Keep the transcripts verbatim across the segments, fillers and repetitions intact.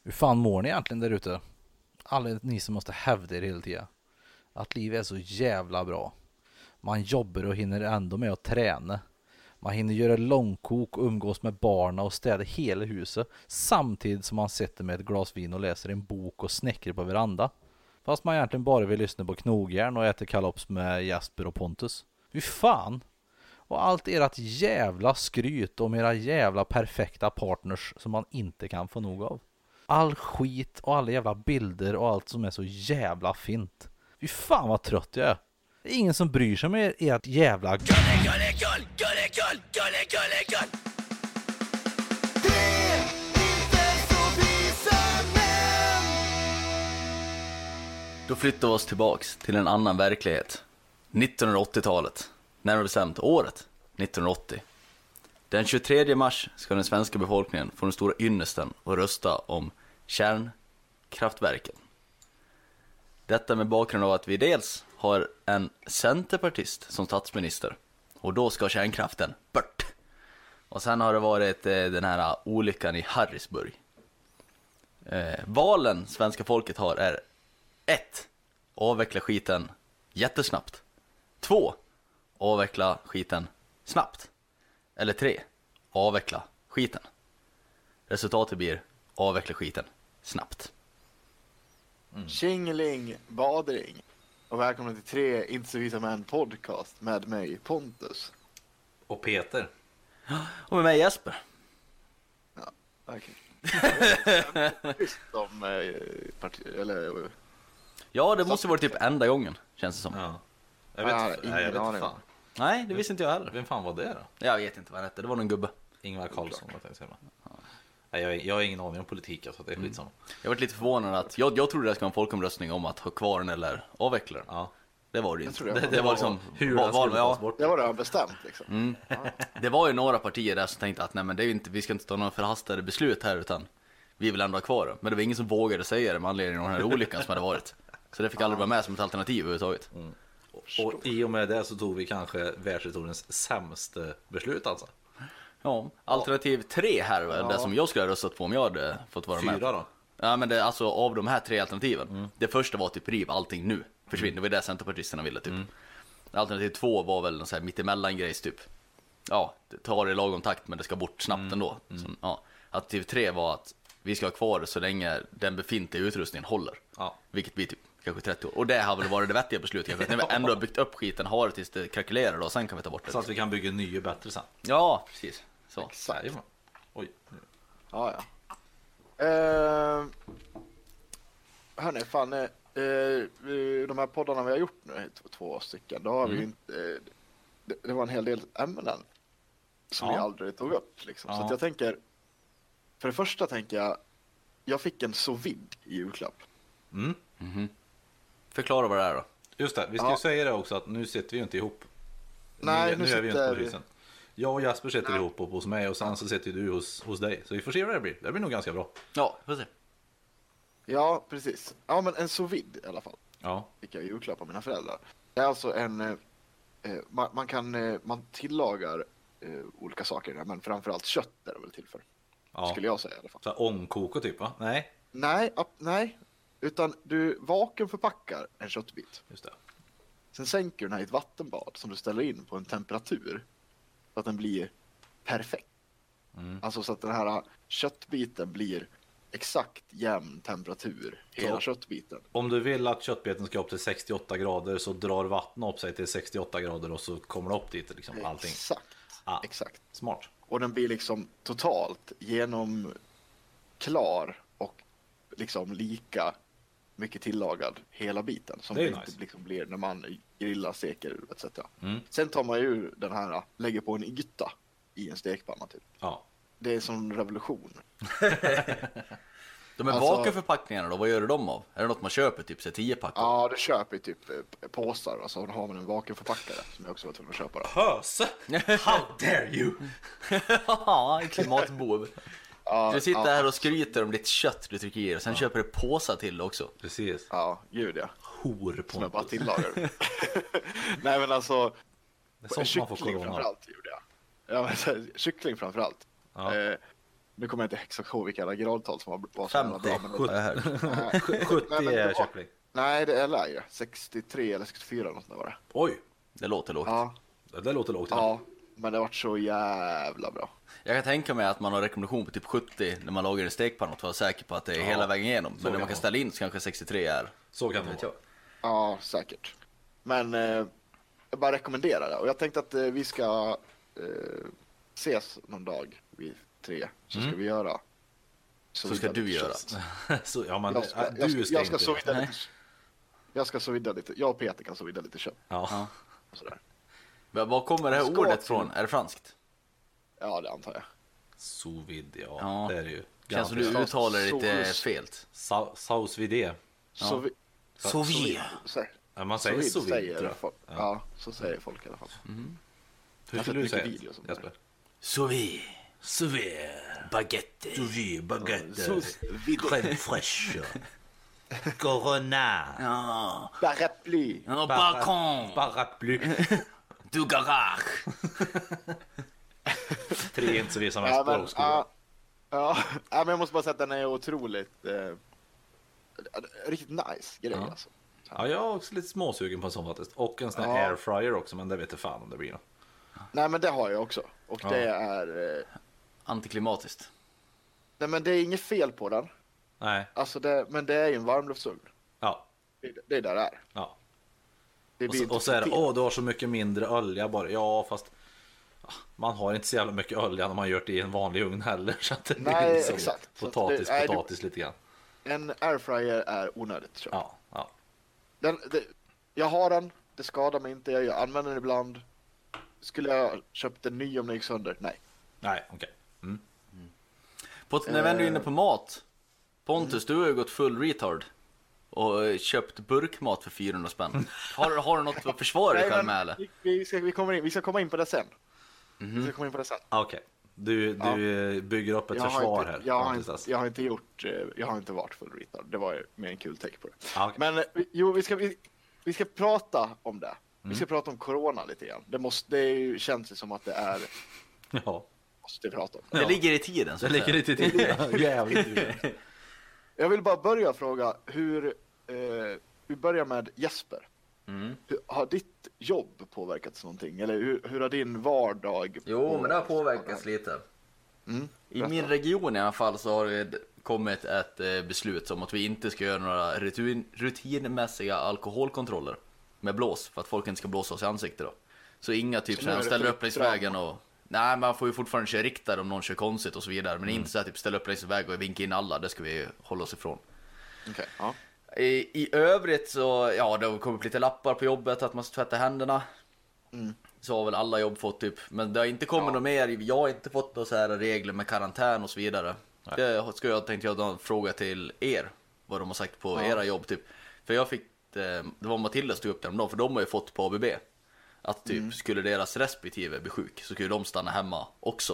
Hur fan mår ni egentligen där ute? Alla ni som måste hävda er hela tiden. Att livet är så jävla bra. Man jobbar och hinner ändå med att träna. Man hinner göra långkok och umgås med barna och städa hela huset. Samtidigt som man sitter med ett glas vin och läser en bok och snäcker på veranda. Fast man egentligen bara vill lyssna på knogjärn och äta kalops med Jasper och Pontus. Hur fan? Och allt ert jävla skryt om era jävla perfekta partners som man inte kan få nog av. All skit och alla jävla bilder och allt som är så jävla fint. Fy fan vad trött jag är. Det är ingen som bryr sig med ert jävla gull, gull, gull, gull, gull, gull, gull, gull. Då flyttar vi oss tillbaks till en annan verklighet. nittonhundraåttiotalet. Närmare bestämt året nittonhundraåttio. Den tjugotredje mars ska den svenska befolkningen få den stora ynnesten och rösta om kärnkraftverken. Detta med bakgrund av att vi dels har en centerpartist som statsminister. Och då ska kärnkraften bort. Och sen har det varit eh, den här olyckan i Harrisburg. Eh, valen svenska folket har är ett. Avveckla skiten jättesnabbt. två. Avveckla skiten snabbt. Eller tre. Avveckla skiten. Resultatet blir avveckla skiten snabbt. Mm. Tjingeling, badring. Och välkomna till tre Inte så visa män podcast med mig Pontus. Och Peter. Och med mig Jesper. Ja, okej. Som eh, parti, eller Ja, det måste vara typ enda gången, känns det som. Ja. Jag vet, Ah, nej, ingen jag vet aning. inte fan. Nej, det visste inte jag heller. Vem fan var det då? Jag vet inte vad det hette, det var någon gubbe. Ingvar Carlsson, vad jag säga. Nej, jag, jag har ingen aning om politik, alltså det är skitsamma. Jag var lite förvånad att, jag, jag trodde det skulle vara en folkomröstning om att ha kvar den eller avveckla den. Ja. Det var det ju Jag inte. tror det Det, var- det var liksom, Hur val- den skulle ja, tas bort. det var redan bestämt liksom. mm. Det var ju några partier där som tänkte att nej, men det är ju inte, vi ska inte ta några förhastade beslut här utan vi vill ändå ha kvar det. Men det var ingen som vågade säga det med anledning av den här olyckan som hade varit. Så det fick aldrig vara med som ett alternativ överhuvudtaget. Mm. Och, och i och med det så tog vi kanske världshistoriens sämsta beslut alltså. Ja, alternativ tre här var det som jag skulle ha röstat på om jag hade fått vara med. Fyra då? Ja, men det, alltså av de här tre alternativen. Mm. Det första var typ riv allting nu. Försvinn, mm. det var det centerpartisterna ville typ. Mm. Alternativ två var väl en sån här mittemellan grejs typ. Ja, det tar det lagom takt men det ska bort snabbt mm. ändå. Mm. Så, ja. Alternativ tre var att vi ska ha kvar det så länge den befintliga utrustningen håller. Ja. Vilket blir typ kanske trettio år. Och det har väl varit det vettiga beslutet. När vi ändå har byggt upp skiten, har det tills det krackelerar då, sen kan vi ta bort det. Så att vi kan bygga nya bättre sen. Ja, precis. Så. Exakt. Oj. Ja, ja. Eh, hörni, fan, eh, de här poddarna vi har gjort nu, två, två stycken, då har mm. vi inte, eh, det, det var en hel del ämnen som ja. vi aldrig tog upp liksom. Ja. Så att jag tänker, för det första tänker jag, jag fick en sous vide i julklapp. Mm. Mm-hmm. Förklara vad det är då. Just det, vi ska ja. ju säga det också att nu sitter vi ju inte ihop. Nej, nu, nu, nu är vi sitter inte på husen. Jag och Jasper sitter Nej. ihop och hos mig och sen så sitter du hos, hos dig. Så vi får se vad det blir. Det blir nog ganska bra. Ja, får se. Ja, precis. Ja, men en sous vide i alla fall. Ja. Fick jag i julklapp av mina föräldrar. Det är alltså en, eh, man, man kan, eh, man tillagar eh, olika saker där, men framförallt kött är det väl till för. Ja. Skulle jag säga i alla fall. Så här ångkoko typ va? Nej. Nej, ap- nej. Utan du vakuumförpackar en köttbit. Just det. Sen sänker du den här i ett vattenbad som du ställer in på en temperatur. Så att den blir perfekt. Mm. Alltså så att den här köttbiten blir exakt jämn temperatur. Hela Så. köttbiten. Om du vill att köttbeten ska upp till sextioåtta grader så drar vattnet upp sig till sextioåtta grader och så kommer det upp dit liksom allting. Exakt. Ah, Exakt. smart. Och den blir liksom totalt genom klar och liksom lika mycket tillagad hela biten som Det det är inte nice. liksom blir när man grillar, steker et cetera. Mm. Sen tar man ju den här, lägger på en yta i en stekpanna typ. Ja. Det är som revolution. De här Alltså- vakuumförpackningarna då, vad gör du dem av? Är det något man köper, typ så tio pack? Ja, det köper ju typ eh, påsar och så har man en vakuumförpackare som jag också var tvungen att köpa. Då. Pöse! How dare you! Ja, en klimatbov. Ja, Du sitter ja, här och skryter om ditt kött du trycker i och sen köper du påsar till också. Precis. Ja, gud ja. Hor Som jag bara på. tillagar. Nej men alltså, Det är sånt man får kyckling corona. framförallt gjorde jag. Ja, men, så här, kyckling framförallt. Ja. Eh, Nu kommer jag inte exakt ihåg vilka gradtal som var, var så jävla bra. femtio, Men sjuttio här. sjuttio men- är kyckling. nej, det är lägre. sextiotre eller sextiofyra något där var det. Oj, Det låter lågt. Ja, det låter lågt. ja. Men det har varit så jävla bra. Jag kan tänka mig att man har rekommendation på typ sjuttio när man lagar en stekpanna och vara säker på att det är hela vägen igenom. Men kan när man det kan vara. ställa in så kanske sextiotre är. Så kan det vet vara. jag. Ja, säkert. Men eh, jag bara rekommenderar det. Och jag tänkte att eh, vi ska eh, ses någon dag, vi tre. Så ska vi göra. Så ska du göra. Så, ja, men, Jag ska, äh, jag du ska, ska jag ska inte. sovida Nej. lite. Jag ska sovida lite. Jag och Peter kan sovida lite kött. Ja. Ja. Och sådär. Men var kommer det här Ska ordet till- från? Är det franskt? Ja, det antar jag. Sous vide, ja, Ja. det är det ju. Känns som du Garanterat. uttalar det lite Sous- felt. Sa- Sous vide. Så vi, Så vi. så, Ja, man så säger vi sous vide, säger tror jag. folk. Ja. så säger folk i alla fall. Hur Jag har skulle du sett säga mycket videos om det. Jesper? Så vi. Sous vide. Baguette. Sous vide, baguette. Sous vide. Crème fraîche. Corona. Ja. Paraply. Ja, balkong. Paraply. Du garage. Tre är inte så vi som helst Ja, men, språkskola. ja, ja, ja, men jag måste bara säga att den är otroligt eh, riktigt nice grej Ja. alltså. Ja, jag är också lite småsugen på en sån faktiskt. Och en sån här Ja. airfryer också, men det vet jag fan om det blir något. Nej, men det har jag också. Och Ja. det är eh, Antiklimatiskt. nej, men det är inget fel på den. Nej, Alltså det, men det är ju en varmluftsugn. ja, Det, det är där det är. ja. Det Och blir så, inte och så är det, fel. åh du har så mycket mindre olja bara. Ja, fast ah, man har inte så jävla mycket olja när man gör det i en vanlig ugn heller. Så att det Nej, blir så exakt. Så att potatis, det- nej, du- potatis lite grann. En airfryer är onödigt. Så. Ja, ja. Den, det, jag har den, det skadar mig inte, jag använder den ibland. Skulle jag köpt en ny om den gick sönder? Nej. Nej, okej. Mm. På, när vi ändå är inne på mat. Pontus, du har ju gått full retard. Och eh, köpt burkmat för fyrahundra spänn. Har, har du något att försvara dig Nej, själv men med eller? vi, vi, ska, vi, kommer in, vi ska komma in på det sen. Mhm. Vi ska komma in på det sen. Ah, Okej. Du, du eh, bygger upp ett Jag har, försvar inte, här. jag, har fram tills inte, dess. jag har inte gjort, eh, jag har inte varit full retard. Det var ju mer en kul take på det. Ah, okej. Men eh, vi- jo, vi ska, vi, vi ska prata om det. Vi Mm. ska prata om corona lite grann. Det, måste, det är ju, känns ju som att det är, Ja, måste vi prata om. Det ligger i tiden så det att säga. ligger lite till. Jävligt. Jag vill bara börja fråga hur, eh, vi börjar med Jesper. Mm. Hur, har ditt jobb påverkats någonting? Eller hur, hur har din vardag Jo, men det har av påverkats det lite. här? Mm. I min region i alla fall så har det kommit ett eh, beslut om att vi inte ska göra några rutin, rutinmässiga alkoholkontroller med blås för att folk inte ska blåsa oss i ansiktet då. Så inga typ Så så nu är här, det ställer fritt upp längs fram. vägen och nej, man får ju fortfarande köra riktare om någon kör konstigt och så vidare, men inte så här, typ ställa upp längs väg och vinka in alla, det ska vi hålla oss ifrån. Okej, ja. I, I övrigt så, ja, det har kommit lite lappar på jobbet att man ska tvätta händerna. Mm. Så har väl alla jobb fått typ, men det har inte kommit Ja. något mer. Jag har inte fått några så här regler med karantän och så vidare. Det ska jag tänkte jag ha en fråga till er, vad de har sagt på Ja. era jobb typ. För jag fick, eh, det var Matilda stod upp där om dem, för de har ju fått på A B B. Att typ, Mm. skulle skulle deras respektive bli sjuk så skulle de stanna hemma också.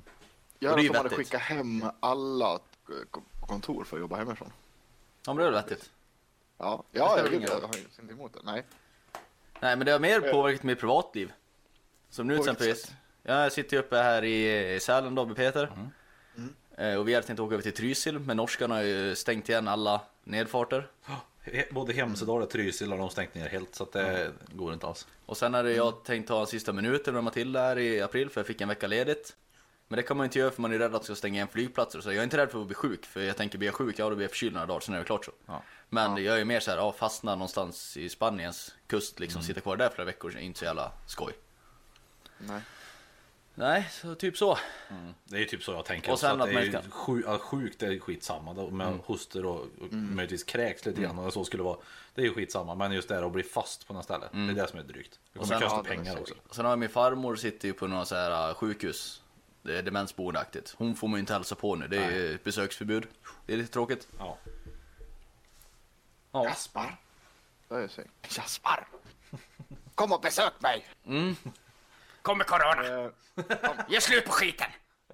Jag Och det är hörde ju att de hade vettigt. skickat hem alla eh, på kontor för att jobba hemifrån. Ja, men det är väl vettigt. Ja, Det ja spelar jag, ingen jag, roll. jag har inte emot det. Nej. Nej, men det har mer Eh. påverkat mitt privatliv. Som nu På vilket exempelvis. sätt? Jag sitter ju uppe här i, i Sälen då med Peter. Mm. Eh, och vi hade tänkt åka över till Trysil, men norskarna har ju stängt igen alla nedfarter. He- Både Hemsedal och Trysil har de stängt ner helt, så att det går inte alls. Och sen hade jag tänkt ta en sista minuten med Matilda här i april, för jag fick en vecka ledigt. Men det kan man inte göra för man är rädd att det ska stänga igen flygplatser. Så jag är inte rädd för att bli sjuk, för jag tänker bli jag sjuk, ja då blir jag förkyld några dagar, sen är det klart så. Ja. Men jag är mer så här, ja, fastna någonstans i Spaniens kust, liksom sitta kvar där flera veckor, är inte så jävla skoj. Nej. Nej, så typ så. Det är ju typ så jag tänker. Och också, sen att det att är man ju sju, ja, sjukt är skitsamma då, med Mm. hoster och, och möjligtvis kräks lite grann och så skulle det vara. Det är ju skitsamma, men just det här att bli fast på något ställe, det är det som är drygt. Det Och kommer sen- kosta ja, det är pengar så. också. Sen har jag min farmor sitter ju på någon så här uh, sjukhus. Det är demensboendeaktigt. Hon får man ju inte hälsa på nu. Det är ju ett besöksförbud. Det är lite tråkigt. Ja. Ja. Jaspar. Vad är det jag säger? Jaspar. Kom och besök mig. Kommer corona! Eh, Ge slut på skiten!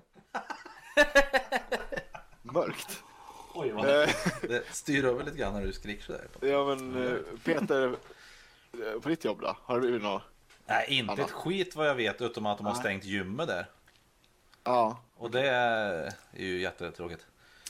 mörkt. Oj, vad Eh, det styr över lite grann när du skriker sådär. ja men eh, Peter, eh, på ditt jobb då? Har det blivit något? Nej, inte Annat. ett skit vad jag vet, utom att de har Nej. stängt gymmet där. Ja. Och det är ju jättetråkigt.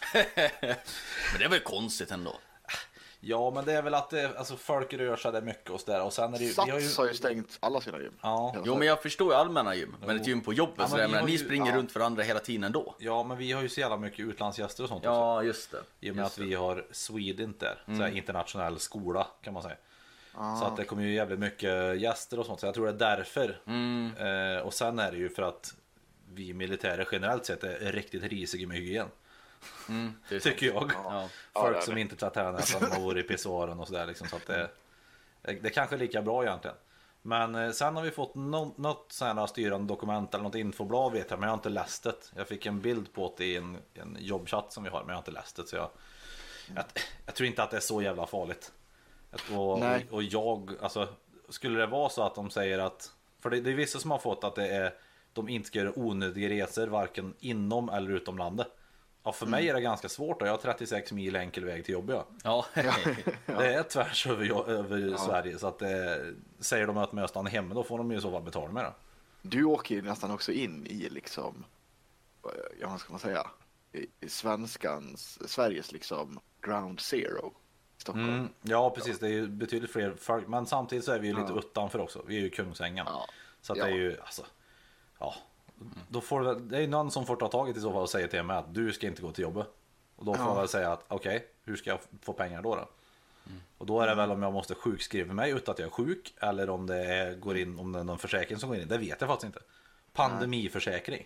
Men det är väl konstigt ändå. Ja, men det är väl att det, alltså, folk rör sig där mycket och så där. Och sen är det ju, Sats vi har ju, har ju stängt alla sina gym. ja, Jo, men jag förstår ju allmänna gym. Men ett gym på jobbet, Ja, så men där, vi men har ni ju- springer ja. runt för andra hela tiden ändå. ja, men vi har ju så jävla mycket utlandsgäster och sånt också. Ja, just det. I och med Just att vi har Swedint där, så här internationell skola kan man säga. Så att det kommer ju jävligt mycket gäster och sånt, så jag tror det är därför. Eh, och sen är det ju för att vi militärer generellt sett är riktigt risiga med hygien. Mm, det är sant. Tycker jag. Ja. Ja, Folk det är som det. inte tvättar händerna för att de har varit i pissoaren och sådär liksom, så att det, det, det kanske är lika bra egentligen. Men eh, sen har vi fått no, något sån här styrande dokument eller något infoblad vet jag, men jag har inte läst det. Jag fick en bild på det i en, en jobbchatt som vi har, men jag har inte läst det, så jag, jag, jag tror inte att det är så jävla farligt. Och, Nej. och, och jag, alltså, skulle det vara så att de säger att, för det, det är vissa som har fått att det är, de inte ska göra onödiga resor varken inom eller utom landet. Ja, för mig är det ganska svårt då. Jag har trettiosex mil enkel väg till jobbet. Ja. Ja. Det är tvärs över, över Sverige, så att det, säger de att möstan är hemma, då får de ju så fall betala med det. Du åker ju nästan också in i liksom, ja vad ska man säga, i, i svenskans, Sveriges liksom ground zero i Stockholm. Mm, ja, precis. Det är ju betydligt fler folk, men samtidigt så är vi ju lite Ja. utanför också. Vi är ju Kungsängen. Ja. Så att Ja. det är ju, alltså, ja. Då får det, det är någon som får ta tag i det i så fall och säga till mig att du ska inte gå till jobbet. Och då får Ja. jag väl säga att okej, okay, hur ska jag få pengar då då? Och då är det väl om jag måste sjukskriva mig utan att jag är sjuk, eller om det är, går in, om det är någon försäkring som går in. Det vet jag faktiskt inte. Pandemiförsäkring.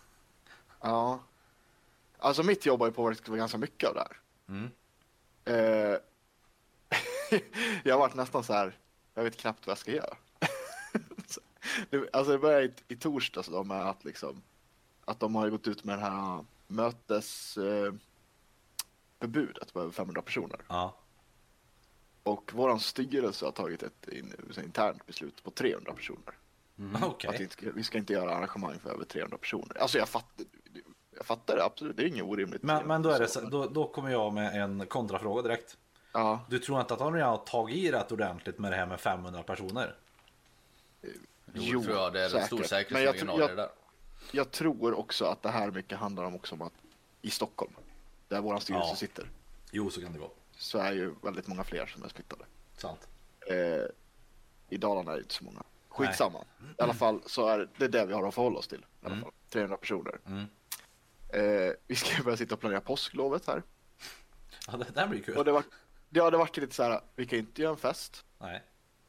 Ja. Alltså mitt jobb har ju påverkat ganska mycket av det här. Mm. Eh, jag har varit nästan så här, jag vet knappt vad jag ska göra. Så, det, alltså det började i, i torsdags då med att liksom, att de har ju gått ut med det här mötes eh, förbudet på över femhundra personer. Ja. Och våran styrelse har tagit ett in, så internt beslut på trehundra personer. Okej. Att vi, inte, ska- vi ska inte göra arrangemang för över trehundra personer. Alltså jag fattar, jag fattar det absolut, det är inget orimligt. Men, men då, är det så, då, då kommer jag med en kontrafråga direkt. Ja, Du tror inte att de redan har tagit i rätt ordentligt med det här med femhundra personer? Jo, tror jag det är en stor säkert. Men jag, säkerhetsmarginal tror- i det jag, där. jag tror också att det här mycket handlar om också om att i Stockholm, där våran styrelse Ja. sitter, Jo, så kan det vara. så är ju väldigt många fler som är smittade. Sant. Eh, I Dalarna är det inte så många. Skitsamma. I alla fall så är det det vi har att förhålla oss till. I alla fall. trehundra personer. Mm. Eh, vi ska ju börja sitta och planera påsklovet här. Ja, det där blir kul. Och det var, ja, det var lite så här, vi kan ju inte göra en fest. Nej.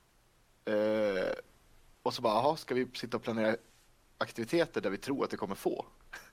Eh, och så bara, aha, ska vi sitta och planera aktiviteter där vi tror att det kommer få?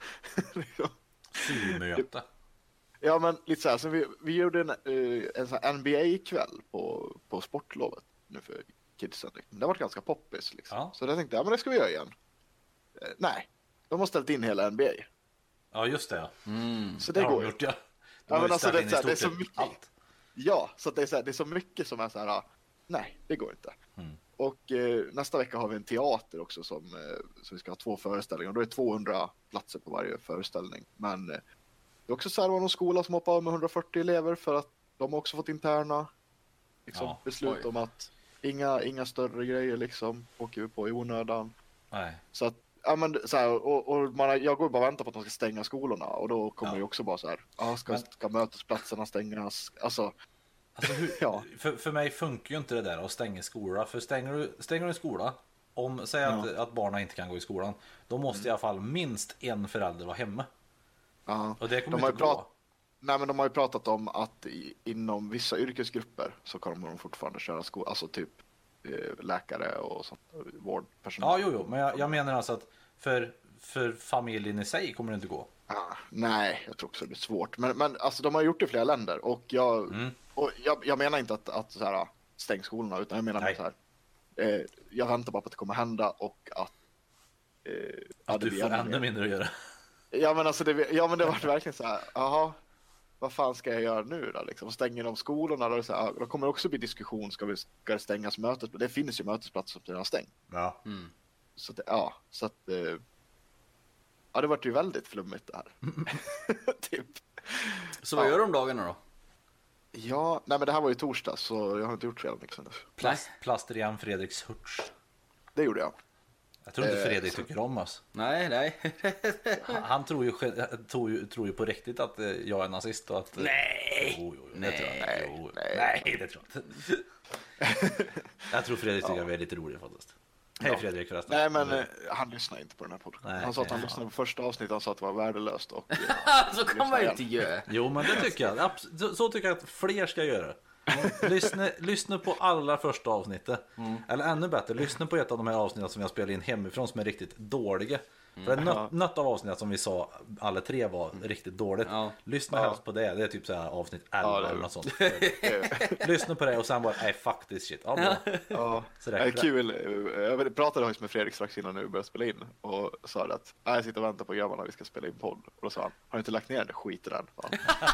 Surmöte. Ja, men lite så här, så vi, vi gjorde en, eh, en sån här N B A-kväll på, på sportlovet nu för kidsen. Liksom. Det var ganska poppis liksom. Ja. Så jag tänkte, ja men det ska vi göra igen. Eh, nej, de har ställt in hela N B A. Ja, just det. Ja. Mm. Så det Det har går de ju. gjort, ja. De Ja, har men ju alltså, ställt det är in så i här, det är stort så sett mycket. allt. Ja, så att det är så här, det är så mycket som är så här, ah, nej, det går inte. Mm. Och eh, nästa vecka har vi en teater också som, eh, som vi ska ha två föreställningar. Då är det tvåhundra platser på varje föreställning. Men eh, det är också så här, det var någon skola som hoppade av med hundrafyrtio elever för att de har också fått interna liksom, Ja, beslut oj. om att inga, inga större grejer liksom åker vi på i onödan. Nej. Så att, ja men så här, och, och man, har- jag går bara och väntar på att de ska stänga skolorna och då kommer Ja. det ju också bara så här, ah, ska, Men- ska mötesplatserna stängas? Alltså, Alltså, hur, Ja. för, för mig funkar ju inte det där att stänga skola. För stänger du, stänger du en skola, om, säg att, Ja. att barnen inte kan gå i skolan, då måste i alla fall minst en förälder vara hemma. ja. Och det kommer De har inte ju gå. prat- Nej, men de har ju pratat om att i, inom vissa yrkesgrupper så kommer de fortfarande köra skola, alltså typ eh, läkare och sånt, vårdpersonal. Ja, jo, jo, men jag, jag menar alltså att för, för familjen i sig kommer det inte gå. Ah, nej, jag tror också det blir svårt. Men, men alltså, de har gjort det i flera länder och jag, Mm. och jag, jag menar inte att, att så här, stäng skolorna, utan jag menar Nej. så här, eh, jag väntar bara på att det kommer hända och att eh, ja, Att det du blir får ännu ännu mer. mindre att göra. Ja, men alltså det, ja, men det var verkligen så här, jaha, vad fan ska jag göra nu då liksom? Stänger de skolorna? Då, är det så här, då kommer det också bli diskussion, ska, vi, ska det stängas mötes? Det finns ju mötesplatser som redan har stängt. Ja. Mm. Så att, ja, så att eh, ja, det vart ju väldigt flummigt det här. typ. Så vad Ja. gör du om dagarna då? Ja, nej men det här var ju torsdag så jag har inte gjort så jävla mycket sen dess. Plast, plaster igen Fredriks Hurts. Det gjorde jag. Jag tror inte Eh, Fredrik så- tycker om oss. Nej, nej. Han, han tror, ju, själv- tror, ju, tror ju på riktigt att eh, jag är nazist och att... eh, Nej! Jo, jo, jo, Nej, det tror jag. nej, Jo, nej. nej, det tror jag inte. Jag tror Fredrik tycker att vi är lite roliga faktiskt. Hej Fredrik förresten. Nej, men eh, han lyssnar inte på den här podcasten. Nej, Han sa att han nej. lyssnade på första avsnittet, han sa att det var värdelöst. Och, eh, Så kan man ju inte göra. Jo, men det tycker jag. Abs- Så, så tycker jag att fler ska göra. Lyssna, lyssna på alla första avsnittet. Eller ännu bättre, lyssna på ett av de här avsnitten som jag spelar in hemifrån som är riktigt dåliga. För det är något, något av avsnittet som vi sa alla tre var riktigt dåligt. Ja. Lyssna Ja. helst på det. Det är typ så här avsnitt elva Ja, det är eller något sånt. eh, Lyssna på det och sen bara, nej fuck this shit. Ja, bra. Ja, Så det räcker är det. kul. Jag pratade faktiskt med Fredrik strax innan vi började spela in och sa det att "Nej, jag sitter och väntar på grabbarna, vi ska spela in podd." Och då sa han, har du inte lagt ner det? Skit i den. Fan.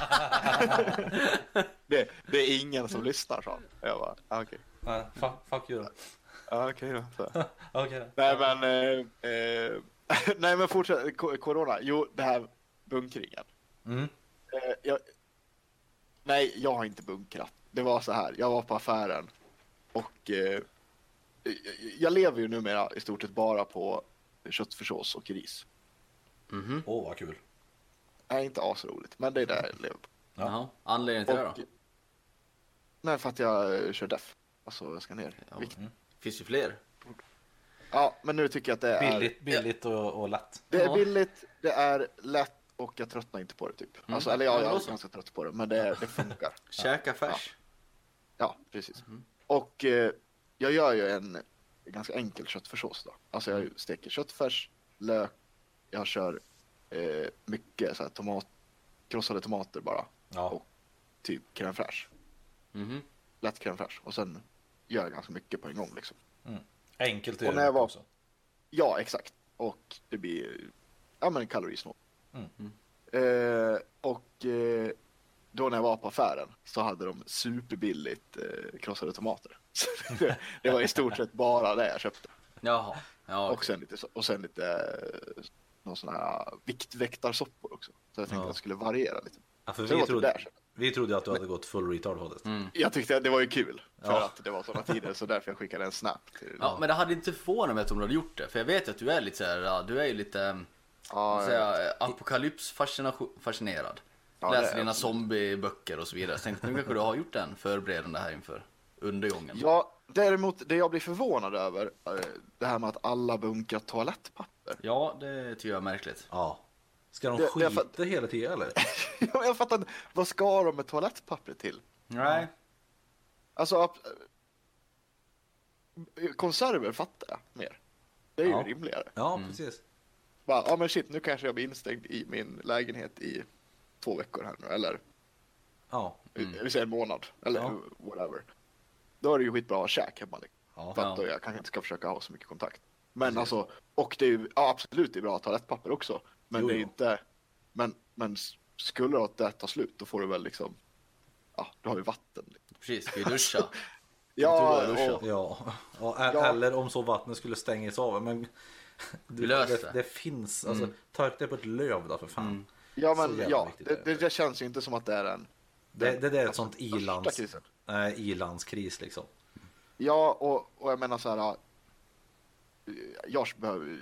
det, det är ingen som lyssnar, sa han. Och jag bara, ah, okej. Ja, fuck, fuck you då. Ja, okej då. Så. Okej då. Nej men, eh, eh, nej men fortsätt, Ko- corona. Jo, det här bunkringen. Mm. Eh, jag, nej, jag har inte bunkrat. Det var så här, jag var på affären och eh, jag lever ju numera i stort sett bara på köttfärssås och ris. Mhm. Åh, vad kul. Det är inte asroligt, men det är det jag lever på. Jaha, anledningen till det Och, då? nej, för att jag eh, kör def. Alltså, jag ska ner. Ja. Vikt. Finns ju fler. Ja, men nu tycker jag att det är... Billigt, billigt och, och lätt. Det är Ja. billigt, det är lätt och jag tröttnar inte på det typ. Mm. Alltså, eller ja, Ja, jag då är så. ganska trött på det, men det, det funkar. Käka färs. Ja, precis. Mm. Och eh, jag gör ju en ganska enkel köttfärssås då. Alltså jag steker köttfärs, lök, jag kör eh, mycket så här tomat, krossade tomater bara. Ja. Och typ crème fraîche. Mhm. Lätt crème fraîche. Och sen gör jag ganska mycket på en gång liksom. Enkelt Och att när göra jag var- också. Ja, exakt. Och det blir, ja men kalorisnålt. Mm. Eh, och eh, då när jag var på affären så hade de superbilligt eh, krossade tomater. Så det, det var i stort sett bara det jag köpte. Jaha. Ja, Och sen lite, så- och sen lite eh, någon sån här viktväktarsoppor också. Så jag tänkte Ja. att jag skulle variera lite. Ja, för Så det vi, var typ trodde, där. vi trodde att du hade gått full retard faktiskt. Mm. Jag tyckte att det var ju kul för Ja. att det var sådana tider, så därför jag skickade en snap till Ja, men det hade inte förvånat mig om du hade gjort det. För jag vet att du är lite så här, ja, du är ju lite ja, så säga, apokalypsfascinerad. Ja, det Läser är dina absolut. zombieböcker och så vidare. Så tänkte nu kanske du har gjort den förberedande här inför undergången. Ja, däremot det jag blir förvånad över, eh, det här med att alla bunkrar toalettpapper. Ja, det tycker jag är märkligt. Ja. Ska de Det- det är skita för- hela tiden eller? Ja, jag fattar inte, vad ska de med toalettpapper till? Nej. Alltså, ap- konserver fattar jag mer. Det är ju Ja. rimligare. Ja, precis. Bara, ja men shit, nu kanske jag blir instängd i min lägenhet i två veckor här nu, eller Ja. mm. vi säger en månad, eller Ja. whatever. Då är det ju skitbra att ha käk hemma. Liksom. Ja. För att Ja. då jag kanske inte ska försöka ha så mycket kontakt. Men alltså, och det är ju, ja, absolut det är bra att ha toalettpapper också. Men Jo, det är ju jo. inte, men, men skulle då det ta slut, då får du väl liksom, ja, du har ju vatten. Precis, ska vi duscha? Ja, tror jag, och, Ja. Ja, e- Ja. eller om så vattnet skulle stängas av. Men Vi löser det, det. det finns, alltså torka det på ett löv då för fan. Mm. ja så men jävla ja, viktigt det, är det. det, det känns ju inte som att det är en, Det, det, det är ett alltså, sånt största ilands, krisen. äh, ilandskris liksom. Ja, och, och jag menar så här, äh, jag behöver,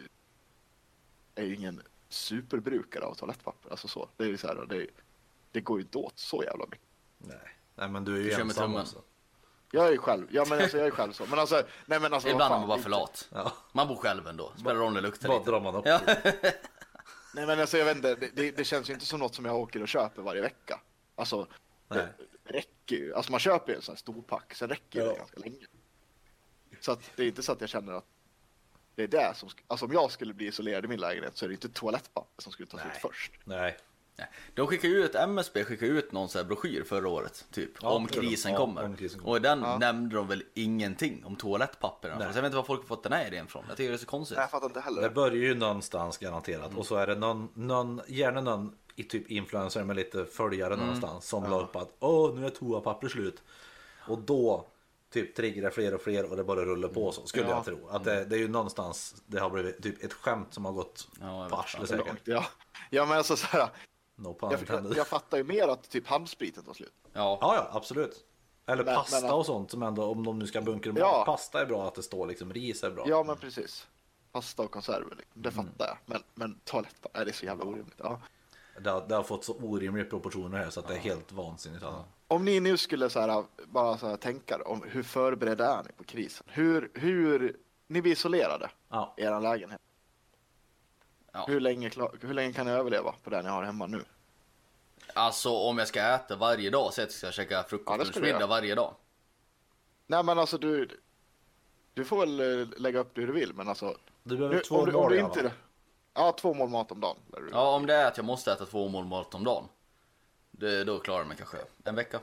är ju ingen superbrukare av toalettpapper, alltså så. Det är ju så här, det, det går ju inte åt så jävla mycket. Nej. Nej men du är ju Du kör med ensam tummen. också. Jag är ju själv, ja men alltså jag är ju själv så. Men alltså, nej men alltså. vad Ibland är fan, man bara inte- för lat. Ja. Man bor själv ändå. Spelar roll om det luktar Bara lite. drar man upp. Ja. Nej men alltså jag vet inte, det, det, det känns ju inte som något som jag åker och köper varje vecka. Alltså, Nej. det, det räcker ju. Alltså man köper ju en sån här stor pack, sen räcker ju Ja. det ganska länge. Så att det är inte så att jag känner att det är det som, sk- alltså om jag skulle bli isolerad i min lägenhet så är det inte toalettpapper som skulle ta slut Nej. först. Nej. Nej. De skickade ju ut, M S B skickade ut någon sån här broschyr förra året, typ, Ja, om det gjorde de. krisen Ja, kommer. om krisen kommer. Och i den Ja. nämnde de väl ingenting om toalettpapper. Nej. Så jag vet inte var folk har fått den här idén från. Jag tycker det är så konstigt. Nej, jag fattar inte heller. Det börjar ju någonstans garanterat. Och så är det någon, någon, gärna någon i typ influencer med lite följare någonstans som la upp att åh nu är toapapper slut. Och då typ triggar det fler och fler och det bara rullar på så skulle Ja. jag tro. Att det, det är ju någonstans det har blivit typ ett skämt som har gått Ja, jag på vet arslet Så säkert. långt, ja. Ja men alltså så här, No pun jag, intended. jag fattar ju mer att typ handspriten tar slut. Ja. Ja, ja, absolut. Eller Men- pasta men- och sånt som ändå, om de nu ska bunkra mat. Ja. Pasta är bra att det står liksom, ris är bra. Ja men precis. pasta och konserver. Liksom. Det Mm. fattar jag. Men, men toalett, är det så jävla orimligt? Ja. Det har, det har fått så orimliga proportioner här så att det är helt vansinnigt. Alltså. Om ni nu skulle så här, bara så här tänka om hur förberedda är ni på krisen? Hur, hur ni blir isolerade Ja. i er lägenhet? Ja. Hur, länge, klar- hur länge kan ni överleva på det ni har hemma nu? Alltså om jag ska äta varje dag så att jag ska käka frukost Ja, det och skulle jag. middag varje dag. Nej men alltså du, du får väl eh, lägga upp det hur du vill, men alltså. Du behöver Nu, två om du, om mål du i alla fall. inte, ja, två mål mat om dagen. lär du- Ja, om det är att jag måste äta två mål mat om dagen. Det, då klarar jag mig kanske en vecka.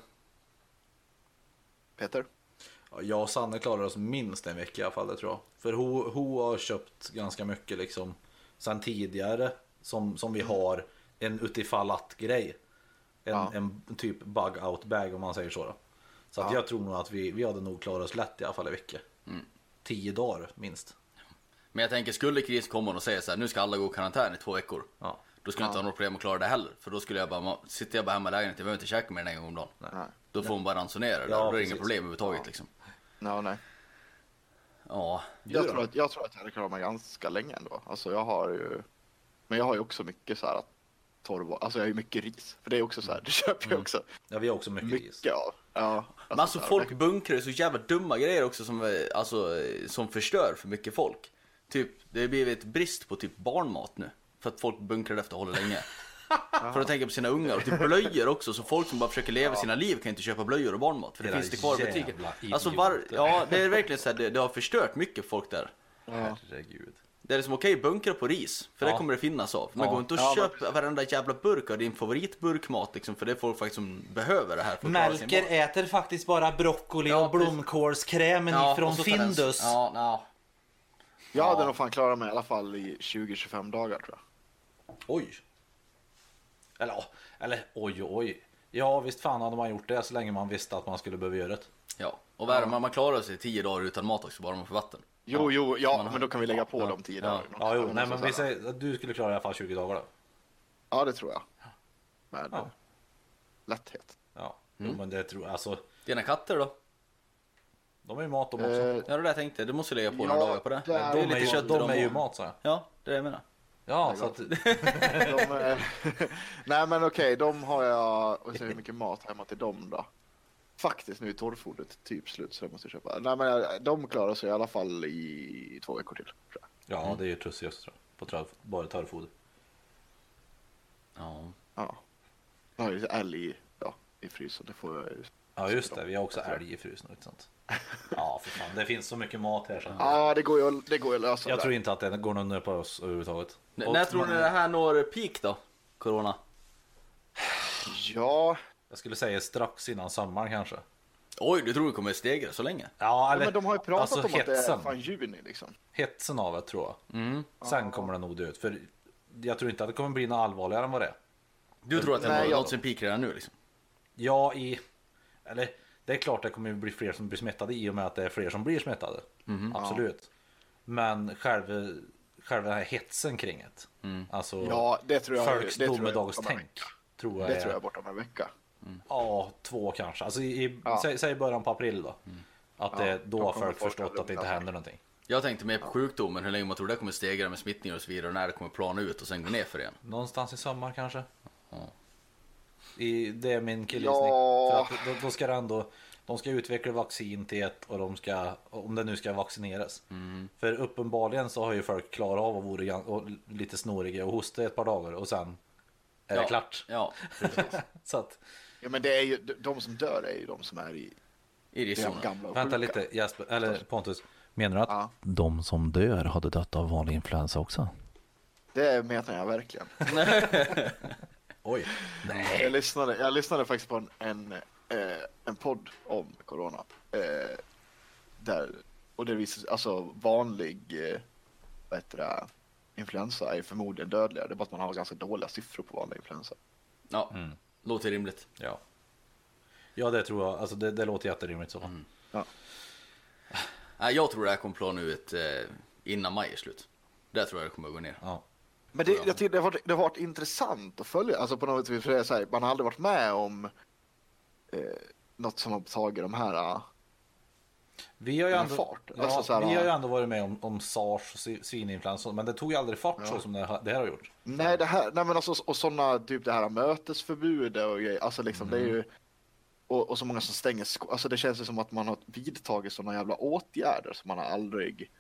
Peter? Ja, jag och Sanne klarar oss minst en vecka i alla fall, det tror jag. För Ho, Ho har köpt ganska mycket liksom sen tidigare som, som vi har en utifall att grej. En, Ja. en typ bug out bag om man säger så då. Så att Ja. jag tror nog att vi, vi hade nog klarat oss lätt i alla fall i vecka. Mm. Tio dagar minst. Men jag tänker, skulle kris komma och säga så här, nu ska alla gå i karantän i två veckor. Ja. Då skulle jag inte ha något problem att klara det heller. För då skulle jag bara, sitter jag bara hemma i lägenheten, jag behöver inte käka mer än en gång om dagen. Nej. Då får man bara ransonera det, Ja, då är det precis. inga problem överhuvudtaget liksom. No, nej. Ja, Jag då? tror, att, jag tror att jag hade klarat mig ganska länge ändå. Alltså jag har ju, men jag har ju också mycket så här att torv, alltså jag har ju mycket ris. För det är också så här, det köper jag också Ja, vi har också mycket ris. mycket av. Ja, men alltså så här, folk bunkrar ju så jävla dumma grejer också som, eh, alltså, eh, som förstör för mycket folk. Typ, det har blivit brist på typ barnmat nu. För att folk bunkrar efter att hålla länge. För att tänka på sina ungar och typ blöjor också. Så folk som bara försöker leva sina liv kan inte köpa blöjor och barnmat. För det Era finns det kvar i butiken. jävla Alltså var, idioter. ja, det är verkligen så här, det, det har förstört mycket folk där. Ja. Herregud. Det är liksom okej, bunkra på ris. För Ja. det kommer det finnas av. Men Ja. gå inte och Ja, men köp varenda jävla burk av din favoritburkmat liksom. För det är folk faktiskt som behöver det här för att klara sin Melker mat. äter faktiskt bara broccoli Ja, och blomkålskrämen Ja, ifrån och så tar den- Findus. Ja, ja. Jag hade Ja. nog fan klarat mig i alla fall i tjugo till tjugofem dagar tror jag. Oj. Eller, ja, eller oj oj. Ja visst fan hade man gjort det så länge man visste att man skulle behöva göra det. Ja, och vad är det, man, man klarar sig tio dagar utan mat också, bara man får vatten. Jo, jo, ja, Man har- men då kan vi lägga på Ja. de tio Ja. dagarna. Ja jo, nej Så men så vi här. säger att du skulle klara i alla fall tjugo dagar då. Ja, det tror jag. Med Ja. eh, lätthet. Ja, Mm. jo, men det tror jag, alltså Dina katter då? de är ju mat de också. Eh, Ja, det där jag tänkte, du måste lägga på Ja, några dagar på det. det är- Det är de är lite ju, kött i de dem är ju och- mat så jag. Ja, det är det jag menar. Ja, Det så är att, De, eh, nej men okej, de har jag, och så hur mycket mat hemma till dem då? Faktiskt nu är torrfodret typ slut så jag måste köpa. Nej men eh, de klarar sig i alla fall i två veckor till. Tror jag. ja det är ju trussig tror jag. På törr, bara törrfoder. Ja. Ja. Jag har ju älg i, ja, i frysen, det får jag ju. Ja just det, vi har också älg i frysen och sånt. Ja för fan, det finns så mycket mat här så. Ja, det går ju, att- det går ju att lösa. Jag det tror där. inte att det går någon ner på oss överhuvudtaget. N- Och när tror man- ni det här når peak då? Corona? Ja, Jag skulle säga strax innan sommaren kanske. Oj, du tror det kommer stegra så länge? Ja, ja eller, men de har ju pratat alltså, om att det är hetsen. fan juni liksom. Hetsen av det tror jag. Mm. Sen kommer det nog dö ut. För jag tror inte att det kommer bli något allvarligare än vad det är. Du tror att det Nej, har jag- nått sin peak redan nu liksom? Ja, i... Eller det är klart det kommer bli fler som blir smittade i och med att det är fler som blir smittade. Mhm. Absolut. Men själva, själva den här hetsen kring det. Mm. Alltså Ja, det tror jag. folks det tror jag domedagstänk. Tror jag Det är, tror jag bortom en vecka. Ja, två kanske. Alltså i, Ja. säg, säg början på april då. Att Ja, det, då då har kommer folk folk förstått att att det inte lugna händer sig. någonting. Jag tänkte mer på sjukdomen, hur länge man tror det kommer stegra med smittningar och så vidare och när det kommer plana ut och sen gå ner för igen. Någonstans i sommar kanske. Ja. I, det är min killgissning. Ja. För att då, då ska det ändå, de ska utveckla vaccin till ett och de ska, om det nu ska vaccineras. Mm. För uppenbarligen så har ju folk klarat av att vara gan- och lite snoriga och hosta ett par dagar och sen är det Ja. klart. Ja, precis. Så att, Ja, men det är ju, de som dör är ju de som är i I de riskzonen. gamla och vänta sjuka. lite Jesper, eller Pontus. Menar du att Ja, De som dör hade dött av vanlig influensa också. det menar jag verkligen. oj, Jag lyssnade, jag lyssnade faktiskt på en, en, eh, en podd om corona. Eh, där, och det visar sig, alltså vanlig eh, vad heter det, influensa är förmodligen dödligare. Det är bara att man har ganska dåliga siffror på vanlig influensa. Ja, Mm. låter rimligt. ja. Ja det tror jag, alltså det, det låter jätterimligt så. Mm. Ja. Nej, jag tror det här kommer plana ut eh, innan maj är slut. Där tror jag det kommer att gå ner. Ja. Men det, jag tycker det har, varit, det har varit intressant att följa. Alltså på något vis, för det är så här, man har aldrig varit med om eh, något som har tagit de här. eh, Vi har ju en ändå, fart. ja, Alltså, så här, vi har ju ändå varit med om, om SARS och svi- svininfluensa, men det tog ju aldrig fart Ja. så som det, här- det här har gjort. Nej, det här, nej men alltså, och sådana, typ det här mötesförbud och grejer, alltså liksom Mm. det är ju, och, och så många som stänger sko- alltså det känns ju som att man har vidtagit sådana jävla åtgärder som man har aldrig,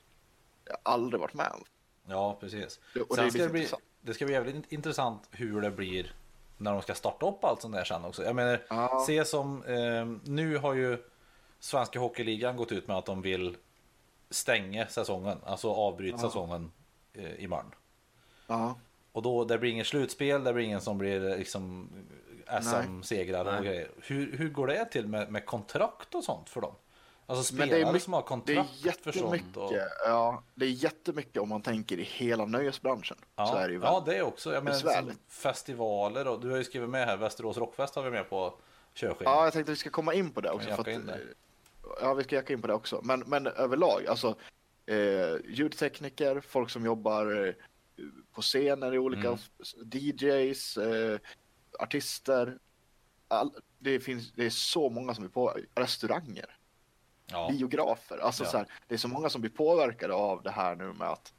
aldrig varit med om. Ja, precis. Det- och det Sen är ska lite det, bli, intressant. det ska bli jävligt intressant hur det blir när de ska starta upp allt sånt där sen också. Jag menar, Ja. se som, eh, nu har ju Svenska Hockeyligan gått ut med att de vill stänga säsongen, alltså avbryta Ja. säsongen eh, imorgon. Ja. Och då, det blir ingen slutspel, det blir ingen som blir liksom S M-segrare och Nej. grejer. Hur, hur går det till med, med kontrakt och sånt för dem? Alltså Men det är spelare mycket- som har Det är kontrakt för sånt. jättemycket, Och, ja, det är jättemycket om man tänker i hela nöjesbranschen. Så ja, är det ju ja, väldigt. det är också. Jag menar, som besvärligt. festivaler och du har ju skrivit med här, Västerås Rockfest har vi med på körschemat. Ja, jag tänkte att vi ska komma in på det också. Kan För jacka att, in det. ja, vi ska jacka in på det också. Men, men överlag, alltså eh, ljudtekniker, folk som jobbar eh, på scener i olika Mm. D Js, eh, artister. All, det, finns, det är så många som är på restauranger, Ja. biografer. Alltså Ja. så här, det är så många som blir påverkade av det här nu med att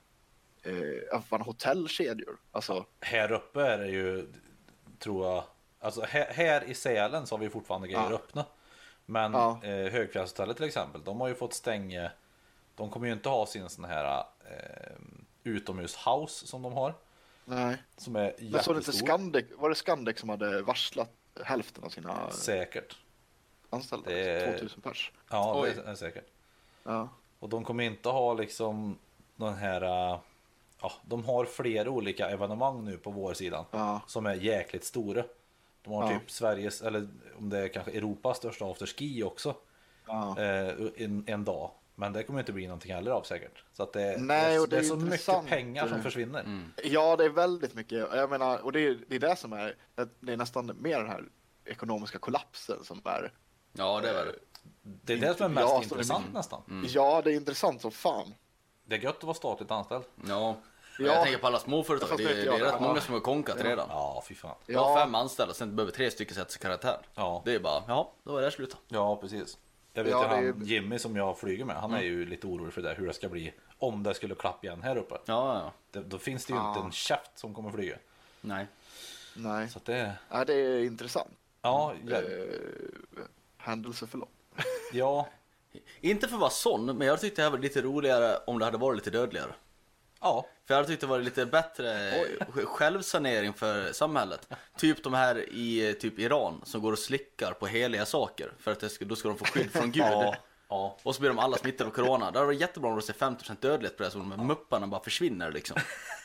eh, att man har hotellkedjor. Alltså, Här uppe är det ju, tror jag, alltså här, här i Sälen så har vi fortfarande grejer Ja. öppna. Men Ja. eh, Högfjällshotellet till exempel, de har ju fått stänga. De kommer ju inte ha sin sån här eh, utomhushouse som de har, nej. som är Men så det inte jättestor. Scandic, var det Scandic som hade varslat hälften av sina Säkert. anställda? Det är- tvåtusen pers. Ja, Oj. det är säkert. Ja. Och de kommer inte ha liksom den här, eh, ja, de har flera olika evenemang nu på vår sidan Ja. som är jäkligt stora. De har Ja. typ Sveriges, eller om det är kanske Europas största afterski också, Ja. eh, en, en dag. Men det kommer inte bli någonting heller av säkert. Så att det, Nej, det, och det det är är så mycket intressant. pengar som försvinner. Ja, det är väldigt mycket. Jag menar, och det är, det är det som är, det är nästan mer den här ekonomiska kollapsen som är. Ja, det var det. Det är det som är mest Ja, så det är intressant mycket- nästan. Ja, det är intressant som fan. Det är gött att vara statligt anställd. Ja. Ja. Jag tänker på alla småföretag. Fast Det, vet är- det jag är det. rätt många som har konkat redan. Ja, fy fan. Jag har Ja. fem anställda, sen behöver tre stycken sätta sig i karaktär. Ja. Det är bara, ja, då är det slut. Ja, precis. Jag vet Ja, ju det är han ju- Jimmy som jag flyger med, han är ju lite orolig för det, hur det ska bli om det skulle klappa igen här uppe. Ja, ja. Det, då finns det ju Ja. inte en käft som kommer flyga. Nej. Nej, Så att det, ja, det är intressant. ja, ja, Eh, händelseförlopp. ja, Inte för att vara sån, men jag tyckte det här var lite roligare om det hade varit lite dödligare. ja, För jag hade tyckt det var lite bättre sj- självsanering för samhället. Typ de här i eh, typ Iran som går och slickar på heliga saker. För att det ska, då ska de få skydd från Gud. ja, ja. Och så blir de alla smittade av corona. Det hade varit jättebra om det ser femtio procent dödlighet på det, så de här mupparna bara försvinner liksom.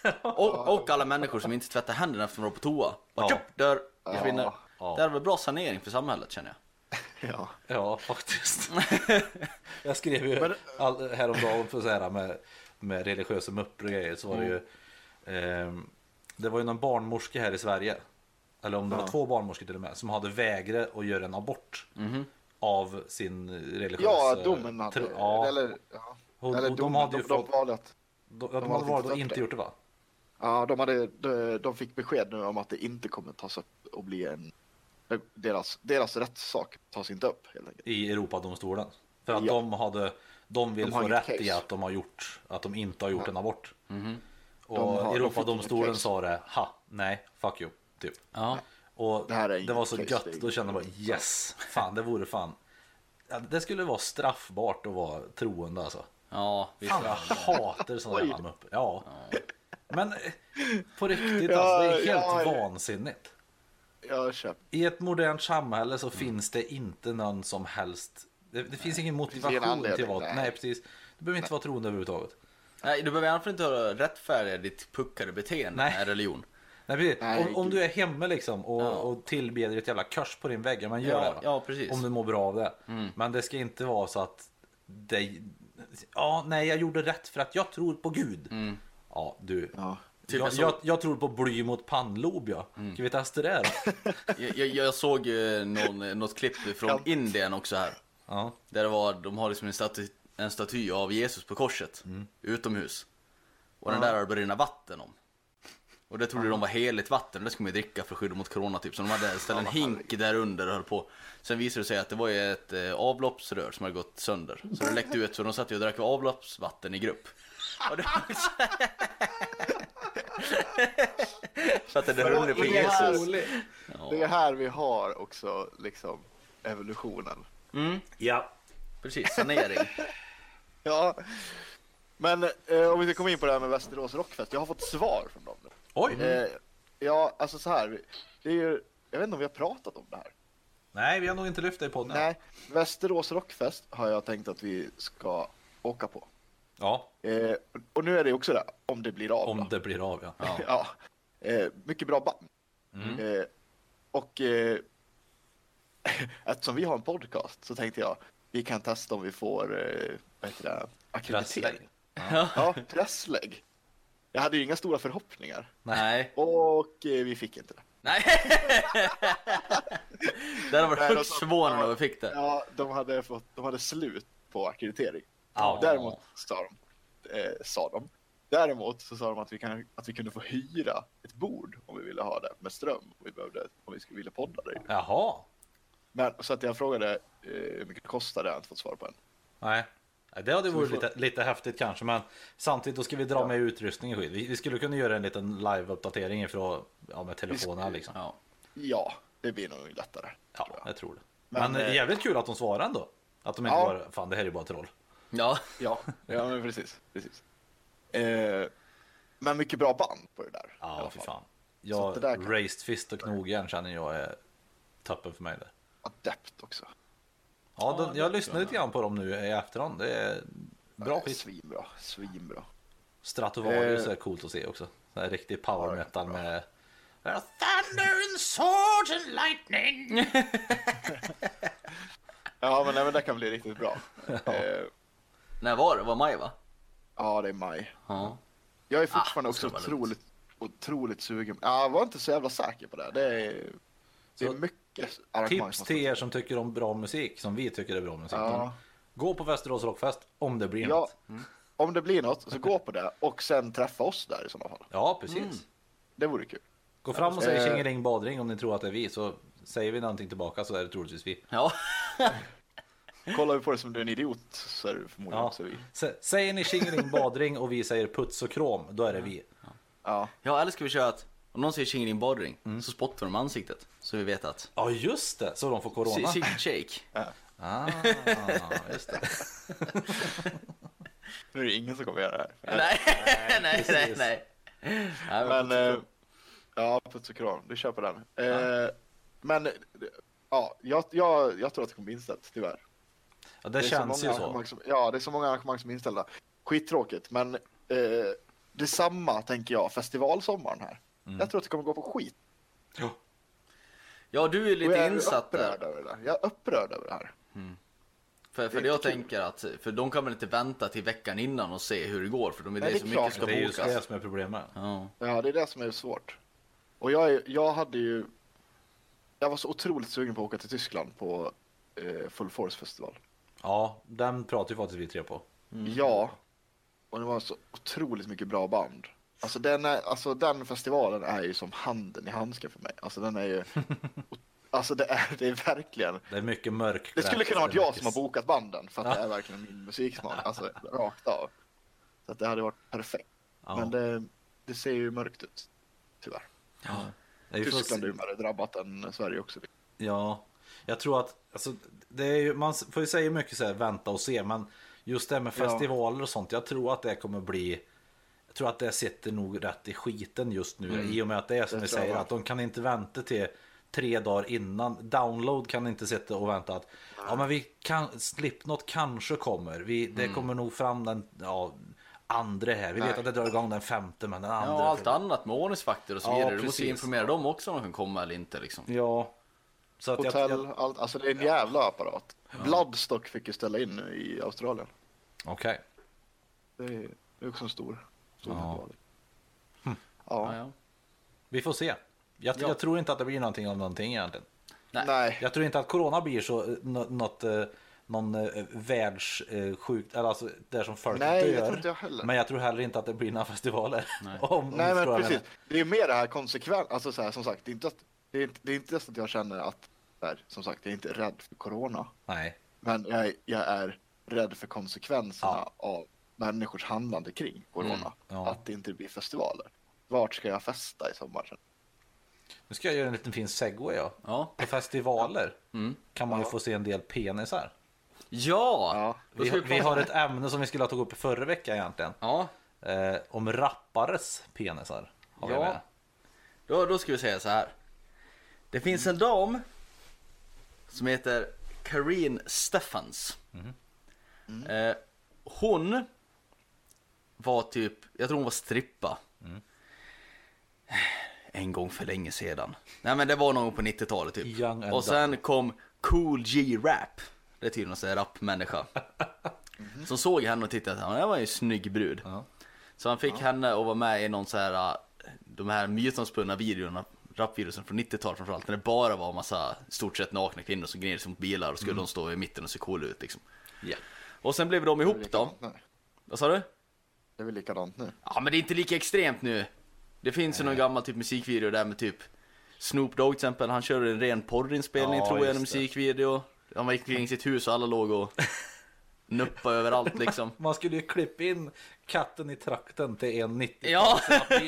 Och, och alla människor som inte tvättar händerna efter de var på toa. Bara Ja. tjup, dör, försvinner. Ja. Ja. Det hade varit bra sanering för samhället, känner jag. Ja. Ja, faktiskt. Jag skrev ju Men- all, häromdagen för så här med, med religiösa muppor och grejer, så var det ju ehm, det var ju någon barnmorska här i Sverige, eller om det var Ja. två barnmorskor till och med, som hade vägrat att göra en abort av sin religiösa Ja, domen hade, tro- ja, eller, ja. hon, eller de, domen, hade ju de, fått, de valde att, de, de, de hade hade valt inte att inte det. gjort det, va? ja, de, hade, de, de fick besked nu om att det inte kommer tas upp och bli en, deras, deras rättssak tas inte upp helt enkelt. I Europadomstolen. För att Ja. de hade, de vill De har få inget rätt i case. att de har gjort, att de inte har gjort en abort. Och De har- de Europadomstolen fick inget sa det, ha, nej, fuck you, typ. Ja. Och Det här är det, inget var så case, gött, det är då kände jag bara yes, fan det vore fan. Ja, det skulle vara straffbart att vara troende alltså. Ja, visst. Fan, jag hatar sådana Oj. jävla muppor. Ja. Men eh, på riktigt Ja, alltså, det är helt ja. vansinnigt. Jag köper. I ett modernt samhälle så finns det inte någon som helst, det, det finns ingen ingen motivation anledning, till vad, nej. nej precis. Du behöver inte vara troende överhuvudtaget. Nej, du behöver i alla fall inte ha rättfärdiga ditt puckade beteende Nej. med religion. Nej, precis. Nej, om, om gud. du är hemma liksom och, Ja. och tillbeder ett jävla kors på din vägg, ja, men gör Ja, det va? ja, precis. Om du mår bra av det. Men det ska inte vara så att det, ja, nej, jag gjorde rätt för att jag tror på Gud. Ja, du. Ja. Typ jag, jag såg- jag, jag tror på bly mot pannlob, ja. Ska vi testa det då? Jag, jag, jag såg eh, någon, något klipp från Kan- Indien också här. Ja. Där det var, de har liksom en staty, en staty av Jesus på korset utomhus. Och den där har det börjat rinna vatten om. Och det trodde de var heligt vatten, det skulle man ju dricka för att skydda mot corona typ. Så de hade ställt en hink där under och höll på. Sen visade det sig att det var ju ett eh, avloppsrör som hade gått sönder. Så det läckte ut, så de satt ju och drack avloppsvatten i grupp. Och det var så att det rullade på det, är Jesus. här, det är här vi har också liksom evolutionen. Mm, Ja. precis, sanering. Ja, men eh, om vi ska komma in på det här med Västerås Rockfest. Jag har fått svar från dem nu. Oj. Eh, ja, alltså så här. Det är ju, jag vet inte om vi har pratat om det här. Nej, vi har nog inte lyft det i podden. Nej, Västerås Rockfest har jag tänkt att vi ska åka på. Ja, Eh, och nu är det också det, om det blir av. om då. det blir av, ja. Ja. Ja, eh, mycket bra band. Mm. Eh, och eh, eftersom vi har en podcast så tänkte jag vi kan testa om vi får eh, vad heter det, akkreditering. Presslägg. Ja, presslägg. Jag hade ju inga stora förhoppningar Nej. och eh, vi fick inte det. Nej. Det hade varit Nej, högst de- förvånande om vi fick det. Ja, de hade, fått, de hade slut på akkreditering. Ja. Däremot sa de, eh, sa de. Däremot så sa de att vi, kan, att vi kunde få hyra ett bord om vi ville ha det med ström. Om vi, behövde, om vi skulle vilja podda där. Jaha. Men så att jag frågade eh, hur mycket det kostade, jag har inte fått svar på än. Nej. Nej, det hade Så varit vi får- lite, lite häftigt kanske, men samtidigt då ska vi dra Ja. med utrustning och skit. Vi, vi skulle kunna göra en liten live-uppdatering ifrån, ja, med telefonen liksom. Ja. Ja, det blir nog lättare. Ja, tror jag. jag tror det. Men, Men, eh, jävligt kul att de svarar ändå. Att de inte Ja. bara, fan det här är ju bara troll. Ja. Ja, ja men precis. precis. Eh, men mycket bra band på det där. i Ja, alla för fall. fan. Så Jag, att det där kan- Raised Fist och Knogjärn känner jag är toppen för mig där. Adept också. Ja, Ja, de, det jag tror lyssnade jag. lite grann på dem nu i efterhand. Det är bra Nej, skit. Svinbra, svinbra. Stratovarius Eh. är coolt att se också. Så här riktig power Ja, det är metal bra. med Thunder and Swords and Lightning. Ja, men, nej, men det kan bli riktigt bra. Eh, När var det? Var maj va? ja, det är maj. Ja. Jag är fortfarande Ah, också det ska vara otroligt, otroligt sugen. Ja, jag var inte så jävla säker på det. Det är, det är Så, mycket arrangemang. Tips som- till er som tycker om bra musik, som vi tycker är bra musik. Ja. Gå på Västerås Rockfest om det blir Ja, något. om det blir något så gå på det och sen träffa oss där i sådana fall. Ja, precis. Mm. Det vore kul. Gå fram och säg Eh. tjingeling badring om ni tror att det är vi, så säger vi någonting tillbaka så är det troligtvis vi. Ja. Kollar vi på det som du är en idiot så är det förmodligen Ja. också vi. S- Säger ni tjingeling badring och vi säger puts och krom, då är det vi. Ja, Ja, eller ska vi köra att om någon säger tjingeling badring så spottar de ansiktet. Så vi vet att Ja, just det, så de får corona. shake shake. Ah, just det. nu är det ingen som kommer göra det här. Nej, nej, nej, precis. nej. Nej, Men, eh, ja, puts och kram, du kör på den. Eh, men, eh, ja, jag, jag, jag tror att det kommer bli inställt, tyvärr. Ja, det, är känns många ju så. arrangemang Som, ja, det är så många arrangemang som är inställda. Skittråkigt, men eh, detsamma tänker jag, festivalsommaren här. Mm. Jag tror att det kommer gå på skit. Ja, du är Och lite jag är insatt upprörd där. över det. Jag är upprörd över det här. För, för Det det är jag inte kul. tänker att, för de kan väl inte vänta till veckan innan och se hur det går, för de är Nej, det, det är så klart. mycket ska Det är just det bokas. som är problemet. Ja. Ja, det är det som är svårt. Och jag, är- jag hade ju... Jag var så otroligt sugen på att åka till Tyskland på eh, Full Force festival. Ja, den pratar ju faktiskt vi tre på. Ja, och det var så otroligt mycket bra band. Alltså den, är, alltså den festivalen är ju som handen i handsken för mig. Alltså den är ju... alltså det är, det är verkligen... Det är mycket mörk. Det skulle kunna vara jag som har bok. bokat banden för att Ja. det är verkligen min musiksmak. Alltså rakt av. Så att det hade varit perfekt. Ja. Men det, det ser ju mörkt ut. Tyvärr. Tyskland är ju mer drabbat än Sverige också. Ja, jag tror att alltså, det är ju, man får ju säga mycket så här, vänta och se, men just det här med Ja. festivaler och sånt, jag tror att det kommer bli, jag tror att det sitter nog rätt i skiten just nu, i och med att det är som Det vi tror jag säger, med. att de kan inte vänta till tre dagar innan. Download kan inte sitta och vänta att ja, men vi kan, Slipknot kanske kommer, vi, det kommer nog fram den ja, andra här, vi vet Nej. att det drar igång den femte, men den andra Ja, allt annat med ordningsfaktor och så Ja, vidare. Du måste precis. informera dem också om de kan komma eller inte liksom. Ja, så att Hotell, jag, jag, allt. Alltså det är en jävla apparat. Bloodstock fick ju ställa in nu i Australien. okej. Det är, det är också en stor, stor Ja. festival. Ja, Ja. ja. Vi får se. Jag, Ja. jag tror inte att det blir någonting av någonting egentligen. Nej. Nej. Jag tror inte att corona blir så eh, nå- något, eh, någon eh, världssjukt, eller alltså där som folk Nej, dör. jag tror inte jag heller. Men jag tror heller inte att det blir några festivaler. Nej. om, om Nej, du men förstår vad jag precis. menar. Det är mer det här konsekvent, alltså så här, som sagt, det är inte att, det är, inte- det är inte så att jag känner att, där, som sagt, jag är inte rädd för corona. Nej. Men jag, är- jag är rädd för konsekvenserna Ja. av människors handlande kring corona. Mm, ja. Att det inte blir festivaler. Vart ska jag festa i sommar? Nu ska jag göra en liten fin segway. Ja. Ja. På festivaler Mm. kan man ju Ja. få se en del penisar. Ja! Ja. Då Vi, ska vi har ett ämne som vi skulle ha tagit upp i förra veckan egentligen. Ja, Eh, om rappares penisar. Har vi Ja. med. då, då ska vi säga så här. Det finns en dam som heter Karine Steffans. Eh, hon var typ, jag tror hon var strippa. En gång för länge sedan. Nej men det var någon gång på nittiotalet typ. Young and Och sen kom Cool G Rap. Det är tydligen en sån här rapmänniska. Som såg henne och tittade att det var ju en snygg brud. Ja. Så han fick henne att vara med i någon så här, de här mytomspunna videorna, rapvideorna från nittiotalet framförallt, när det bara var en massa stort sett nakna kvinnor som gned sig mot bilar och skulle de stå i mitten och se coola ut liksom. Ja. Och sen blev de Det är väl ihop då. likadant nu. Vad sa du? Det är väl likadant nu. Ja men det är inte lika extremt nu. Det finns ju någon gammal typ musikvideo där med typ Snoop Dogg till exempel, han körde en ren porrinspelning Ja, tror jag, en just det. musikvideo. Han var kring sitt hus och alla låg och nuppade överallt liksom. Man skulle ju klippa in katten i trakten till en nittio. Ja,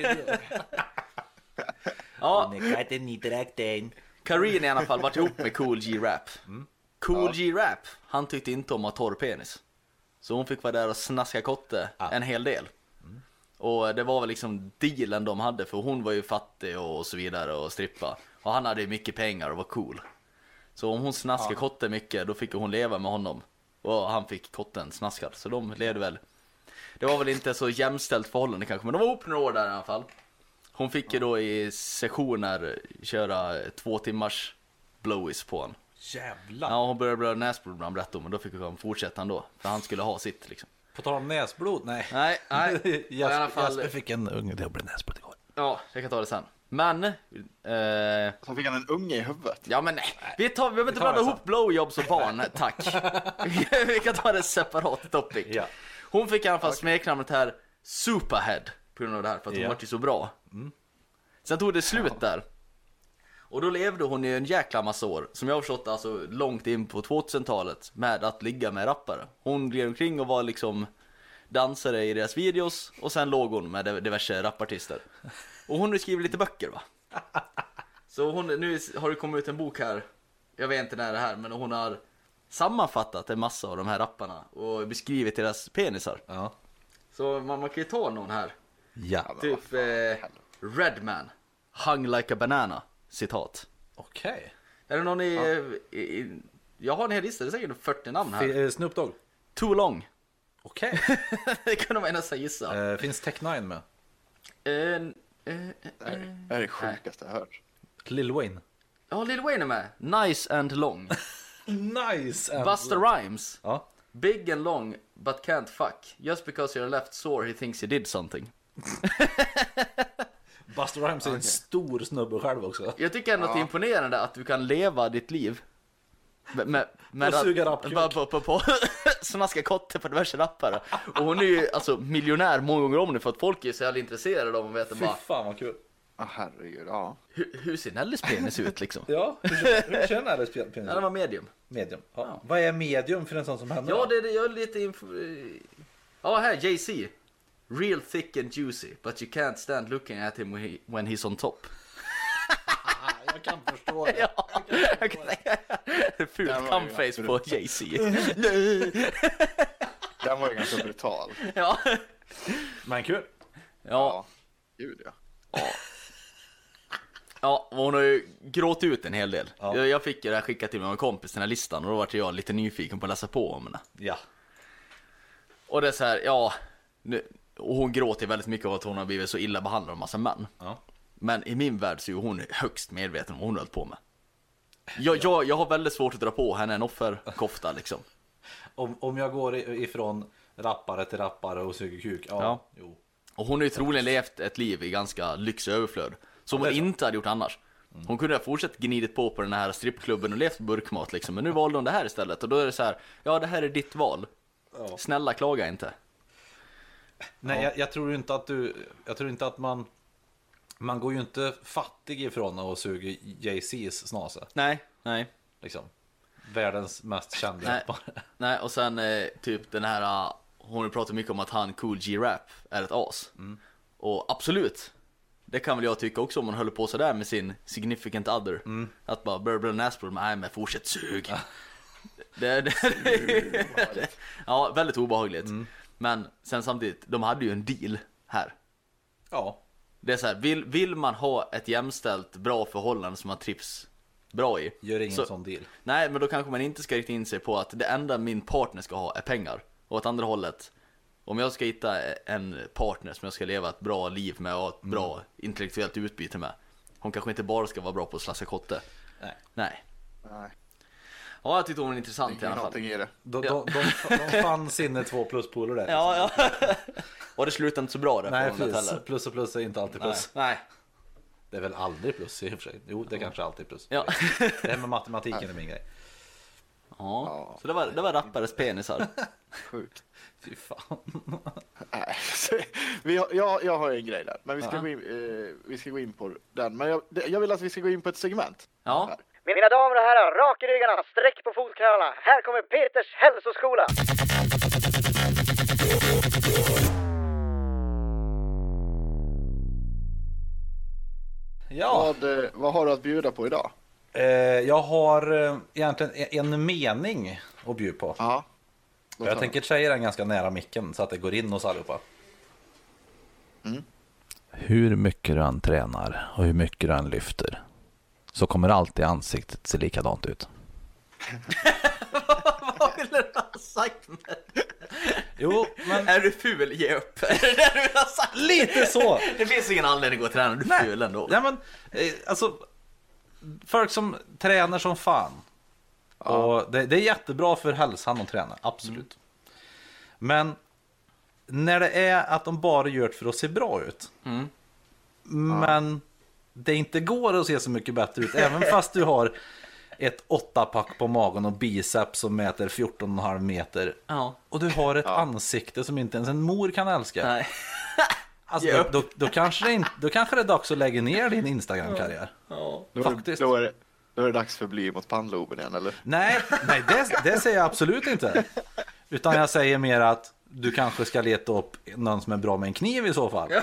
ja. Katten i trakten. Karin i alla fall varit ihop med Cool G Rap. Cool G Rap, han tyckte inte om att ha torr penis. Så hon fick vara där och snaska kotte Ah. en hel del. Och det var väl liksom dealen de hade, för hon var ju fattig och så vidare och strippa. Och han hade ju mycket pengar och var cool. Så om hon snaskade kotte mycket, då fick hon leva med honom. Och han fick kotten snaskad. Så de levde väl. Det var väl inte så jämställt förhållande kanske, men de var ihop några år där i alla fall. Hon fick ju då i sessioner köra två timmars blowies på honom. Jävlar. Ja, hon började blöda näsblod bland berättade, men då fick hon fortsätta ändå. För han skulle ha sitt liksom. På tal om näsblod, nej. Nej, nej. I alla Jasper, fall, Jasper fick en unge, det blev näsblod igår. ja, jag kan ta det sen. Men, eh, Så fick han en unge i huvudet. ja men nej. Vi, tar, vi behöver inte tar det blanda sen. ihop blowjobs och barn, tack. Vi kan ta det separat topic. Ja. Hon fick i alla fall smeknamnet här Superhead på grund av det här, för att hon Ja. var ju så bra. Sen tog det slut där. Och då levde hon i en jäkla massa år, som jag har förstått alltså långt in på tvåtusentalet, med att ligga med rappare. Hon gled omkring och var liksom dansare i deras videos, och sen låg hon med diverse rapartister. Och hon har skrivit lite böcker va? Så hon, nu har det kommit ut en bok här, jag vet inte när det här, men hon har sammanfattat en massa av de här rapparna och beskrivit deras penisar. Ja. Så man, man kan ju ta någon här. Ja. Typ eh, Redman, hung like a banana, citat. Okej. Är det någon i, i, i jag har en hel lista, det är säkert fyrtio namn här. Okay. Snoop Dogg. Too long. Okej. Det kunde man nästan gissa. Eh, finns Tech Nine med? En, eh, eh, Det här är- det här är det sjukaste jag hört. Lil Wayne. ja, Lil Wayne är med. Nice and long. Nice. Busta Rhymes. Ja. Big and long but can't fuck. Just because you're left sore he thinks you did something. Busta Rhymes är en stor snubbe själv också. Jag tycker ändå att det är imponerande att du kan leva ditt liv med, med, med Och suga rappkuk. på, på, på, på snaska kotte på diverse rappare. Och hon är ju alltså miljonär många gånger om nu, för att folk är så jävla intresserade av att veta Fy bara, fan vad kul. Ah, herregud, ja. hur, hur ser Nellys penis ut liksom? Ja, hur känner Alice penis? Ja, den var medium. Medium. Ja. Vad är medium för en sån som henne? Ja, då? det, det jag är lite info... Ja, här, Jay-Z. Real thick and juicy, but you can't stand looking at him when, he, when he's on top. Jag kan förstå det. Ja, jag kan säga. Fult Den var ju cumface på Jay-Z. Den var ju ganska brutal. Ja. Men kul. Ja, Ja, gud ja. ja, och hon har ju gråtit ut en hel del. Ja. Jag, jag fick ju det här skickat till mig av en kompis, den här listan, och då var jag lite nyfiken på att läsa på om henne. Ja. Och det är så här, ja, nu, och hon gråter väldigt mycket av att hon har blivit så illa behandlad av massa män. Ja. Men i min värld så är hon högst medveten om vad hon har hållit på med. Jag, jag, jag har väldigt svårt att dra på henne en offerkofta liksom. Om, om jag går i- ifrån rappare till rappare och suger kuk. Ja. Ja. Jo. Och hon har ju troligen levt ett liv i ganska lyx och överflöd, som Ja, det hon är så. inte hade gjort annars. Hon kunde ha fortsatt gnidit på på den här strippklubben och levt burkmat liksom. Men nu valde hon det här istället. Och då är det så här, ja det här är ditt val. Ja. Snälla klaga inte. Nej, Ja. jag, jag tror inte att du, jag tror inte att man, man går ju inte fattig ifrån och suger Jay-Z's snase. Nej, nej. Liksom. Världens mest kända Nej. rappare. Nej, och sen eh, typ den här, uh, hon pratar mycket om att han Cool G-Rap är ett as. Mm. Och absolut, det kan väl jag tycka också om man håller på så där med sin significant other. Mm. Att bara burble näsbror, nej men fortsätt sug. det, det, det, det, ja, väldigt obehagligt. Mm. Men sen samtidigt, de hade ju en deal här. Ja. Det är så här, vill, vill man ha ett jämställt, bra förhållande som man trivs bra i. Gör ingen så, sån deal. Nej, men då kanske man inte ska rikta in sig på att det enda min partner ska ha är pengar. Och åt andra hållet, om jag ska hitta en partner som jag ska leva ett bra liv med och ett bra mm. intellektuellt utbyte med. Hon kanske inte bara ska vara bra på att slassa kotte. Nej. Nej. Nej. Ja, jag tyckte hon var intressant Det i är alla fall. någonting i det. De, Ja. de, de, de fann sina två pluspolor där. Ja, ja. Och det slutade inte så bra där. Nej, för hon plus, heller. plus och plus är inte alltid plus. Nej. Nej. Det är väl aldrig plus i och för sig. Jo, det är kanske alltid plus. Ja. Det här med matematiken är min grej. Ja. Så det var, det var rappares penisar. Sjukt. Fy fan. Nej, så vi har, jag, jag har en grej där, men vi ska, Ja. gå in, eh, vi ska gå in på den. Men jag, det- jag vill att vi ska gå in på ett segment. Ja. Här. Mina damer och herrar, rak i ryggarna, sträck på fotknölarna. Här kommer Peters hälsoskola. Ja, Vad, eh, vad har du att bjuda på idag? eh, jag har eh, egentligen en mening att bjuda på. Ja. Jag tänker säga den ganska nära micken så att det går in hos allihopa. Hur mycket du än tränar och hur mycket du än lyfter så kommer alltid ansiktet se likadant ut. Vad vill du ha sagt med det? Jo, men Är du ful, ge upp. Är det det du vill ha sagt? lite så. Det finns ingen anledning att gå och träna, du är ful ändå. Ja, men eh, alltså folk som tränar som fan. Och det, det är jättebra för hälsan att träna, absolut. Men när det är att de bara gör det för att se bra ut. Mm. Men det inte går att se så mycket bättre ut även fast du har ett åttapack på magen och biceps som mäter fjorton komma fem meter. Ja. Och du har ett ansikte som inte ens en mor kan älska. Nej. Alltså, Ge då, upp. då, då, kanske det inte, då kanske det är dags att lägga ner din Instagram-karriär. Ja. Då är, det, Faktiskt. då, är det, då är det dags för bly mot pannloben igen, eller? Nej, nej det, det säger jag absolut inte. Utan jag säger mer att du kanske ska leta upp någon som är bra med en kniv i så fall.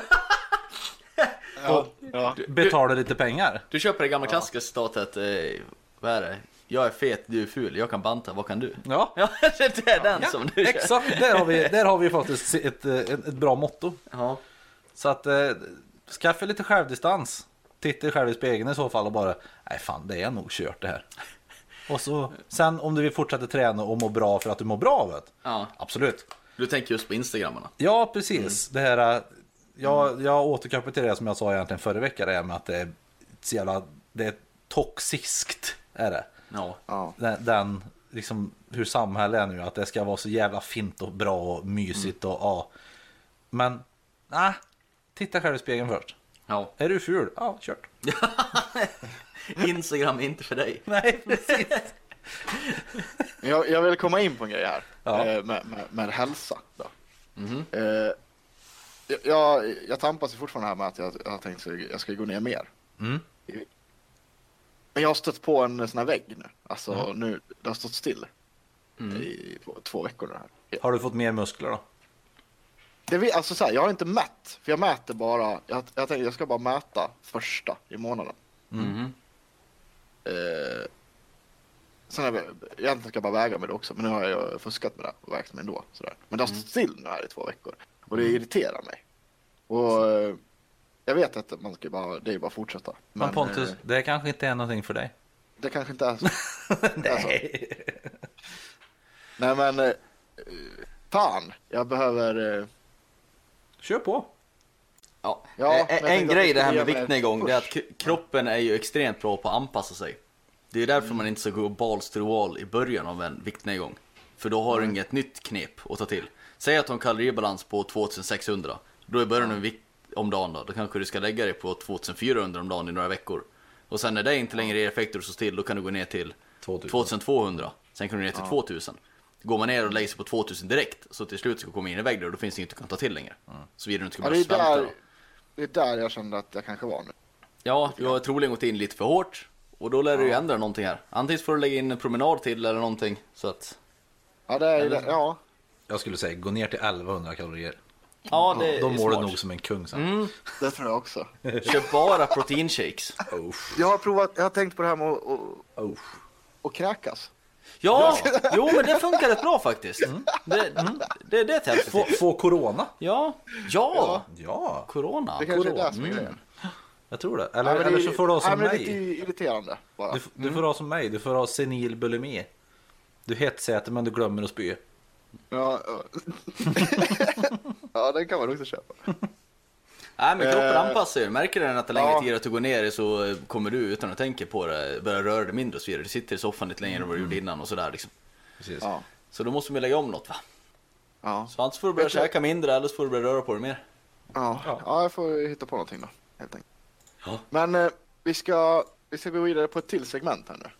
Ja. ja. Betala lite pengar. Du köper det gamla klassiska citatet, eh, vad är det? Jag är fet, du är ful, jag kan banta, vad kan du? Ja, Ja, det är den som du kör. exakt. Där har vi, där har vi faktiskt ett, ett, ett bra motto. Ja. Så att eh, skaffa lite självdistans. Titta dig själv i spegeln i så fall och bara, nej fan, det är nog kört det här. Och så, sen om du vill fortsätta träna och må bra för att du mår bra av det. Ja. Absolut. Du tänker just på Instagrammarna. Ja, precis. Det här, eh, jag, jag återkopplar till det som jag sa egentligen förra veckan, det är med att det är så jävla, det är toxiskt, är det. Ja. Ja. Den, den liksom hur samhället är nu, att det ska vara så jävla fint och bra och mysigt och ja. Men, nej, titta själv i spegeln först. Ja. Är du ful? Ja, kört. Instagram är inte för dig. Nej, precis. Jag, jag vill komma in på en grej här. Ja. Eh, med, med, med hälsa. Då. Mhm. Eh, jag, jag, jag tampas ju fortfarande här med att jag, jag har tänkt att jag ska gå ner mer. Mm. Men jag har stött på en sån här vägg nu. Alltså nu, det har stått still Mm. i två, två veckor nu här. Har du fått mer muskler då? Det vill, alltså så här, jag har inte mätt, för jag mäter bara, jag, jag tänkte jag ska bara mäta första i månaden. Mhm. Eh, sen har jag, egentligen ska jag bara väga med det också, men nu har jag fuskat med det och vägt mig ändå. Sådär. Men det har stått still nu här i två veckor. Och det irriterar mig. Och eh, jag vet att man ska bara, det är bara att fortsätta. Men, Men Pontus, eh, det kanske inte är någonting för dig. det kanske inte är så. Nej. Nej men, eh, fan, jag behöver... Eh, Kör på. Ja. Ja, Eh, men jag en tänkte att grej det det här skulle med ge mig viktnedgång, en det är att push. k- kroppen är ju extremt bra på att anpassa sig. Det är därför Mm. man inte ska gå balls to the wall i början av en viktnedgång. För då har Mm. du inget nytt knep att ta till. Säg att du har en kaloribalans på tvåtusensexhundra. Då är början av vikt om dagen då. Då kanske du ska lägga dig på tvåtusenfyrahundra om dagen i några veckor. Och sen när det inte längre ger effekter och så still, då kan du gå ner till tjugotvåhundra. Sen kan du ner till ja. tvåtusen. Går man ner och lägger sig på tvåtusen direkt, så till slut ska komma in i väggen och då finns det inget du kan ta till längre. Mm. Så vidare du inte ska ja, börja svälta där, då. Det är där jag kände att jag kanske var nu. Ja, du har troligen gått in lite för hårt. Och då lär ja. du ju ändra någonting här. Antingen får du lägga in en promenad till eller någonting. Så att... Ja, det är eller... det. Ja. Jag skulle säga, gå ner till elvahundra kalorier. Ja, det är Då mår smart. du nog som en kung sen. Mm. Det tror jag också. Kör bara proteinshakes. Oh. Jag har provat, jag har tänkt på det här med att och, oh. och kräkas. Ja, jo men det funkar rätt bra faktiskt. Mm. Det, mm, det, det är ett få, få corona? Ja, ja, ja. Corona. Det kanske corona. är det som är grejen. Jag tror det. Eller, ja, eller det, så får du ha som ja, mig. Det är lite irriterande bara. Du, du får ha som mig, du får ha senil bulimi. Du hetsäter men du glömmer att spy. Ja, ja. Ja, den kan man också köpa. Nej, men kroppen eh, anpassar ju. Märker den att det längre ja. tid att du går ner så kommer du utan att tänka på det börja röra dig mindre och så vidare. Du sitter i soffan lite längre än vad du gjorde innan och sådär liksom. Precis. Ja. Så då måste man lägga om något va? Ja. Så antingen får du börja käka mindre eller så får du börja röra på dig mer. Ja, ja. ja jag får hitta på någonting då, helt enkelt. Ja. Men eh, vi, ska, vi ska gå vidare på ett till segment här nu.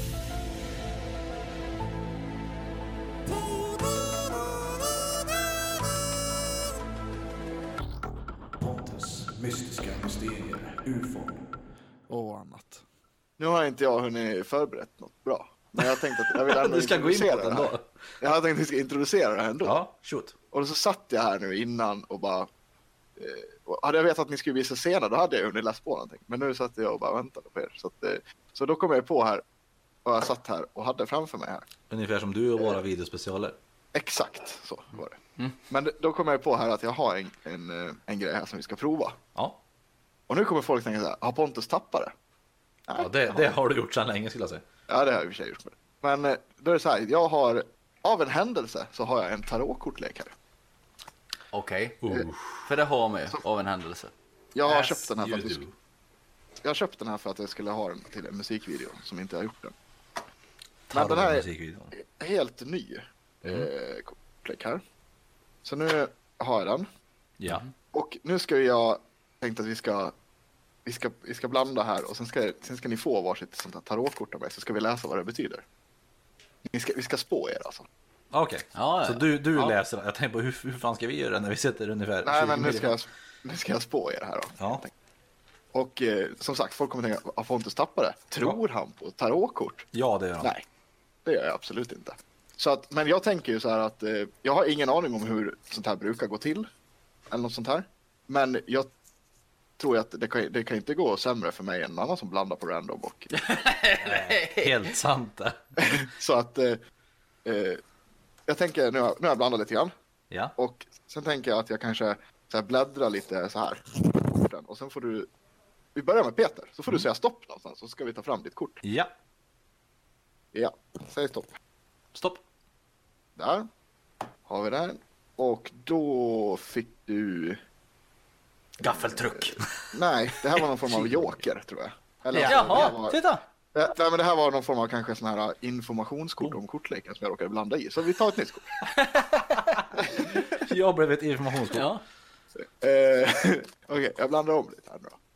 Pontus mystiska mysterier, U F O och annat. Nu har inte jag hunnit förberett något bra. Men jag tänkte att jag vill ändå du ska gå in på det ändå. Här. Jag hade tänkt att vi ska introducera det här ändå. Ja, shoot. Och så satt jag här nu innan och bara... Eh, och hade jag vetat att ni skulle visa senare, då hade jag hunnit läsa på någonting. Men nu satt jag och bara väntade på er. Så, att, eh, så då kom jag på här, och jag satt här och hade framför mig här. Ungefär som du och våra videospecialer. Exakt, så var det. Mm. Men då kom jag på här att jag har en, en, en grej här som vi ska prova. Ja. Och nu kommer folk tänka så här, har Pontus tappat det? Nej, Ja, det, det har du gjort sedan länge skulle jag säga. Ja, det har jag i och för sig gjort. Men eh, då är det så här, jag har, av en händelse så har jag en tarotkortlek här. Okej, Okay. uh. För det har man ju av en händelse. Jag har As köpt den här för att you vi do. sk- Jag har köpt den här för att jag skulle ha den till en musikvideo som inte har gjort den. Men den här är helt ny Mm. eh, kortlek här. Så nu har jag den. Ja. Och nu ska jag tänkt att vi ska vi ska, vi ska blanda här och sen ska, sen ska ni få varsitt sånt här tarotkort av mig så ska vi läsa vad det betyder. Vi ska, vi ska spå er alltså. Okej, okay. Ja, ja. Så du, du Ja. läser. Jag tänker på hur, hur fan ska vi göra när vi sätter ungefär Nej, tjugo men nu ska, miljoner? jag, nu ska jag spå er här då. Ja. Och eh, som sagt, folk kommer tänka, har Pontus tappat det? Tror han på tarotkort? Ja, det gör han. Nej, det gör jag absolut inte. Så att, men jag tänker ju så här att eh, jag har ingen aning om hur sånt här brukar gå till. Eller något sånt här. Men jag tror att det kan, det kan inte gå sämre för mig än någon annan som blandar på random. Och, Helt sant det. så att eh, eh, jag tänker, nu har, nu har jag blandat lite grann. Ja. Och sen tänker jag att jag kanske så här bläddrar lite så här. Och sen får du, vi börjar med Peter. Så får du säga stopp någonstans så ska vi ta fram ditt kort. Ja. Ja, säg stopp. Stopp. Där har vi den. Och då fick du... Gaffeltruck. Nej, det här var någon form av joker tror jag. Eller, det här Jaha, var... titta. Ja, nej, men det här var någon form av kanske sån här informationskort om kortleken som jag råkade blanda i. Så vi tar ett nytt kort. Jag blev ett informationskort. Ja. Eh, Okej, okay, jag blandar om lite här nu då.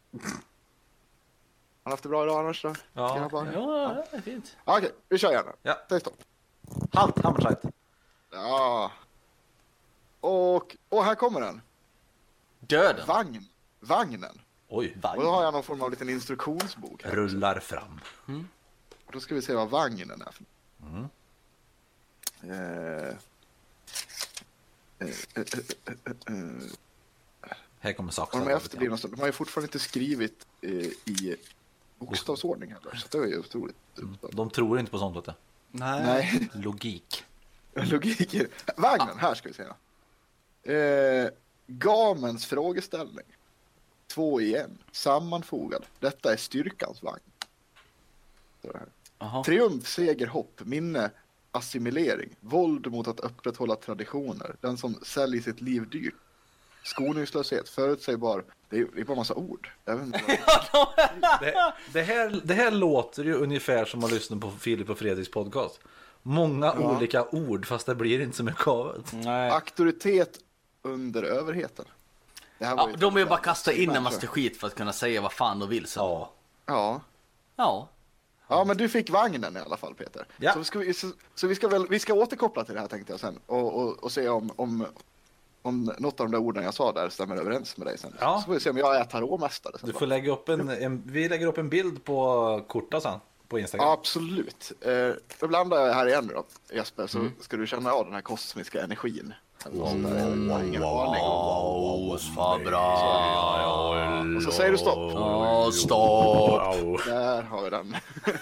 Har ni haft det bra idag annars då? Ja. Grabbar? Ja, det är fint. Okej, okay, vi kör gärna. Ja. Säg stopp. Halt, hammartajt. Ja. Och, och här kommer den. Döden. Vagn. Vagnen. Oj. Och då har jag någon form av liten instruktionsbok här. Rullar fram. Och då ska vi se vad vagnen är för. Mm. Eh, eh, eh, eh, eh, eh. Här kommer saker. Och de är efterblivna, så de har ju fortfarande inte skrivit eh, i bokstavsordning heller. Så det är ju otroligt. Mm. De tror inte på sånt, vet du. Nej. Nej, Logik. logik. Vagnen, här ska vi se. Eh, gamens frågeställning. Två igen. Sammanfogad. Detta är styrkans vagn. Så här. Aha. Triumf, seger, hopp, minne, assimilering, våld mot att upprätthålla traditioner, den som säljer sitt liv dyrt, skoningslöshet, förutsägbar, det är, det är bara massa ord. Jag vet inte vad... Det, det, här, det här låter ju ungefär som att lyssna på Filip och Fredriks podcast. Många Ja. olika ord, fast det blir inte så mycket av det. Nej. Auktoritet under överheten. Det här var Ja, ju de är ju ett- bara kasta in en kanske. massa skit för att kunna säga vad fan de vill. Så. Ja. Ja. Ja. Ja, men du fick vagnen i alla fall, Peter. Ja. Så, ska vi, så, så vi ska väl vi ska återkoppla till det här tänkte jag sen och, och, och se om, om, om något av de där orden jag sa där stämmer överens med dig sen. Ja. Så får vi se om jag är tarotmästare sen. Du då. får lägga upp en, en, vi lägger upp en bild på korta sen på Instagram. Ja, absolut. Eh, då blandar jag här igen nu då, Jesper, så ska du känna av den här kosmiska energin. Eller sånt där. Jag har ingen aning. Åh, vad bra. Och så säger du stopp. Ja, stopp. Där har vi den.